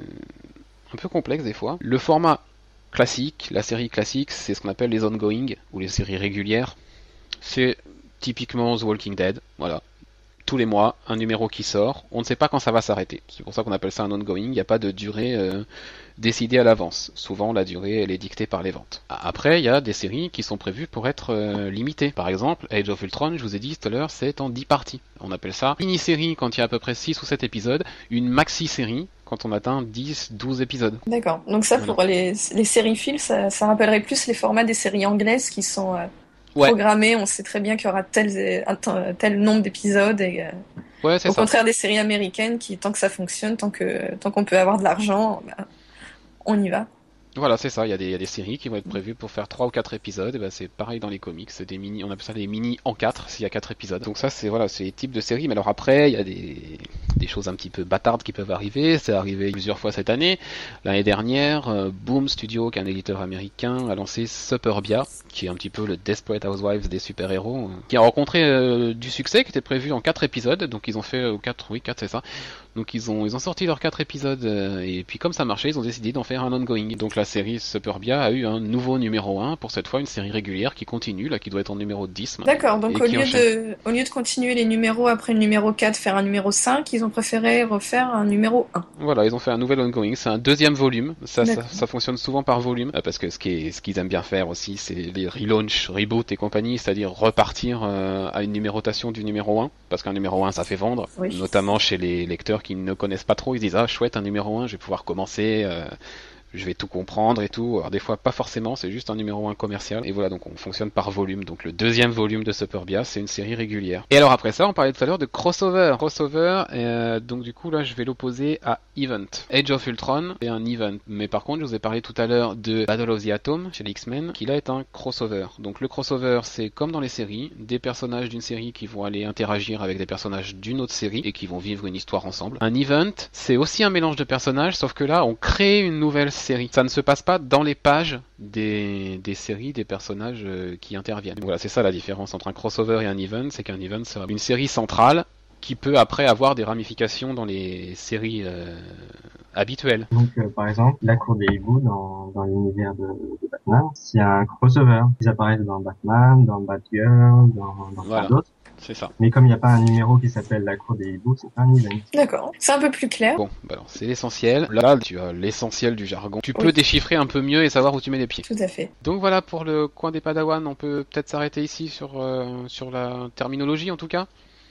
Speaker 1: complexe des fois. Le format classique, la série classique, c'est ce qu'on appelle les ongoing, ou les séries régulières. C'est typiquement The Walking Dead, voilà. Tous les mois, un numéro qui sort, on ne sait pas quand ça va s'arrêter. C'est pour ça qu'on appelle ça un ongoing, il n'y a pas de durée décidée à l'avance. Souvent, la durée, elle est dictée par les ventes. Après, il y a des séries qui sont prévues pour être limitées. Par exemple, Age of Ultron, je vous ai dit tout à l'heure, c'est en 10 parties. On appelle ça mini-série quand il y a à peu près 6 ou 7 épisodes, une maxi-série quand on atteint 10, 12 épisodes.
Speaker 2: D'accord, donc ça, pour les séries fils, ça rappellerait plus les formats des séries anglaises qui sont... programmé, on sait très bien qu'il y aura tel nombre d'épisodes et au contraire des séries américaines qui, tant que ça fonctionne, tant qu'on peut avoir de l'argent, on y va.
Speaker 1: Voilà, c'est ça, il y a des séries qui vont être prévues pour faire 3 ou 4 épisodes, et c'est pareil dans les comics, c'est des mini, on appelle ça les mini en 4 s'il y a 4 épisodes. Donc ça c'est les types de séries, mais alors après il y a des choses un petit peu bâtardes qui peuvent arriver, c'est arrivé plusieurs fois cette année. L'année dernière, Boom Studio, qui est un éditeur américain, a lancé Superbia, qui est un petit peu le Desperate Housewives des super-héros, qui a rencontré du succès, qui était prévu en 4 épisodes, donc ils ont fait 4 c'est ça. Donc ils ont sorti leurs 4 épisodes, et puis comme ça marchait, ils ont décidé d'en faire un ongoing. Donc la série Superbia a eu un nouveau numéro 1, pour cette fois une série régulière qui continue, là qui doit être en numéro 10 maintenant.
Speaker 2: D'accord, donc au lieu de continuer les numéros après le numéro 4, faire un numéro 5, ils ont préféré refaire un numéro 1.
Speaker 1: Voilà, ils ont fait un nouvel ongoing, c'est un deuxième volume, ça fonctionne souvent par volume, parce que ce qu'ils aiment bien faire aussi, c'est les relaunch, reboot et compagnie, c'est-à-dire repartir à une numérotation du numéro 1, parce qu'un numéro 1 ça fait vendre, notamment chez les lecteurs qui ne connaissent pas trop, ils disent chouette un numéro 1, je vais pouvoir commencer, je vais tout comprendre et tout. Alors des fois pas forcément, c'est juste un numéro 1 commercial. Et voilà, donc on fonctionne par volume. Donc le deuxième volume de Superbia, c'est une série régulière. Et alors après ça, on parlait tout à l'heure de crossover. Donc du coup là, je vais l'opposer à Event. Age of Ultron est un event. Mais par contre, je vous ai parlé tout à l'heure de Battle of the Atom chez les X-Men, qui là est un crossover. Donc le crossover, c'est comme dans les séries, des personnages d'une série qui vont aller interagir avec des personnages d'une autre série et qui vont vivre une histoire ensemble. Un event, c'est aussi un mélange de personnages, sauf que là, on crée une nouvelle série. Ça ne se passe pas dans les pages des séries, des personnages qui interviennent. Voilà, c'est ça la différence entre un crossover et un event, c'est qu'un event sera une série centrale qui peut après avoir des ramifications dans les séries habituelles.
Speaker 3: Donc par exemple, la Cour des hiboux dans l'univers de Batman, c'est un crossover. Ils apparaissent dans Batman, dans Batgirl, dans plein d'autres.
Speaker 1: C'est ça.
Speaker 3: Mais comme il n'y a pas un numéro qui s'appelle la Cour des hiboux, c'est pas un event.
Speaker 2: D'accord. C'est un peu plus clair.
Speaker 1: Bon, alors c'est l'essentiel. Là, tu as l'essentiel du jargon. Tu peux déchiffrer un peu mieux et savoir où tu mets les pieds.
Speaker 2: Tout à fait.
Speaker 1: Donc voilà pour le coin des Padawan. On peut peut-être s'arrêter ici sur la terminologie en tout cas.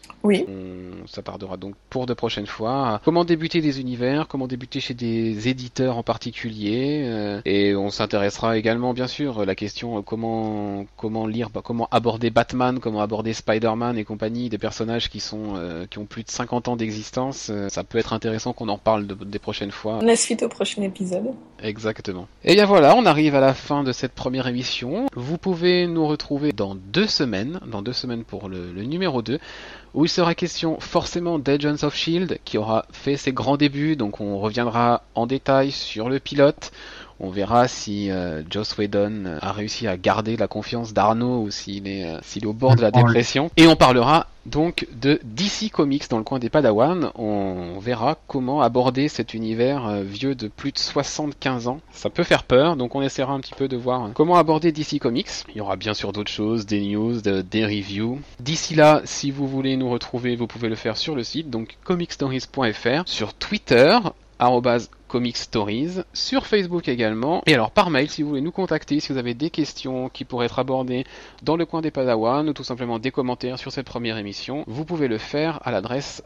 Speaker 2: Oui.
Speaker 1: Ça tardera donc pour de prochaines fois. Comment débuter des univers, comment débuter chez des éditeurs en particulier, et on s'intéressera également bien sûr à la question comment lire, comment aborder Batman, comment aborder Spider-Man et compagnie, des personnages qui ont plus de 50 ans d'existence. Ça peut être intéressant qu'on en parle des prochaines fois.
Speaker 2: On laisse suite au prochain épisode.
Speaker 1: Exactement. Et bien voilà, on arrive à la fin de cette première émission. Vous pouvez nous retrouver dans 2 semaines pour le numéro 2. Où il sera question forcément d'Agents of S.H.I.E.L.D. qui aura fait ses grands débuts, donc on reviendra en détail sur le pilote. On verra si Joss Whedon a réussi à garder la confiance d'Arnaud ou s'il est au bord de la dépression. Et on parlera donc de DC Comics dans le coin des Padawan. On verra comment aborder cet univers vieux de plus de 75 ans. Ça peut faire peur, donc on essaiera un petit peu de voir comment aborder DC Comics. Il y aura bien sûr d'autres choses, des news, des reviews. D'ici là, si vous voulez nous retrouver, vous pouvez le faire sur le site, donc comicstories.fr, sur Twitter, @comicstories, sur Facebook également, et alors par mail si vous voulez nous contacter, si vous avez des questions qui pourraient être abordées dans le coin des Padawan ou tout simplement des commentaires sur cette première émission, vous pouvez le faire à l'adresse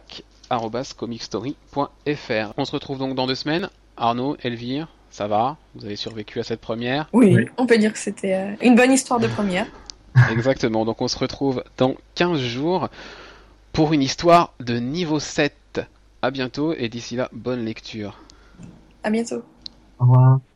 Speaker 1: redac@comicstory.fr. On se retrouve donc dans 2 semaines. Arnaud, Elvire, ça va? Vous avez survécu à cette première?
Speaker 2: Oui, on peut dire que c'était une bonne histoire de première.
Speaker 1: Exactement, donc on se retrouve dans 15 jours pour une histoire de niveau 7. À bientôt et d'ici là, bonne lecture.
Speaker 2: À bientôt.
Speaker 3: Au revoir.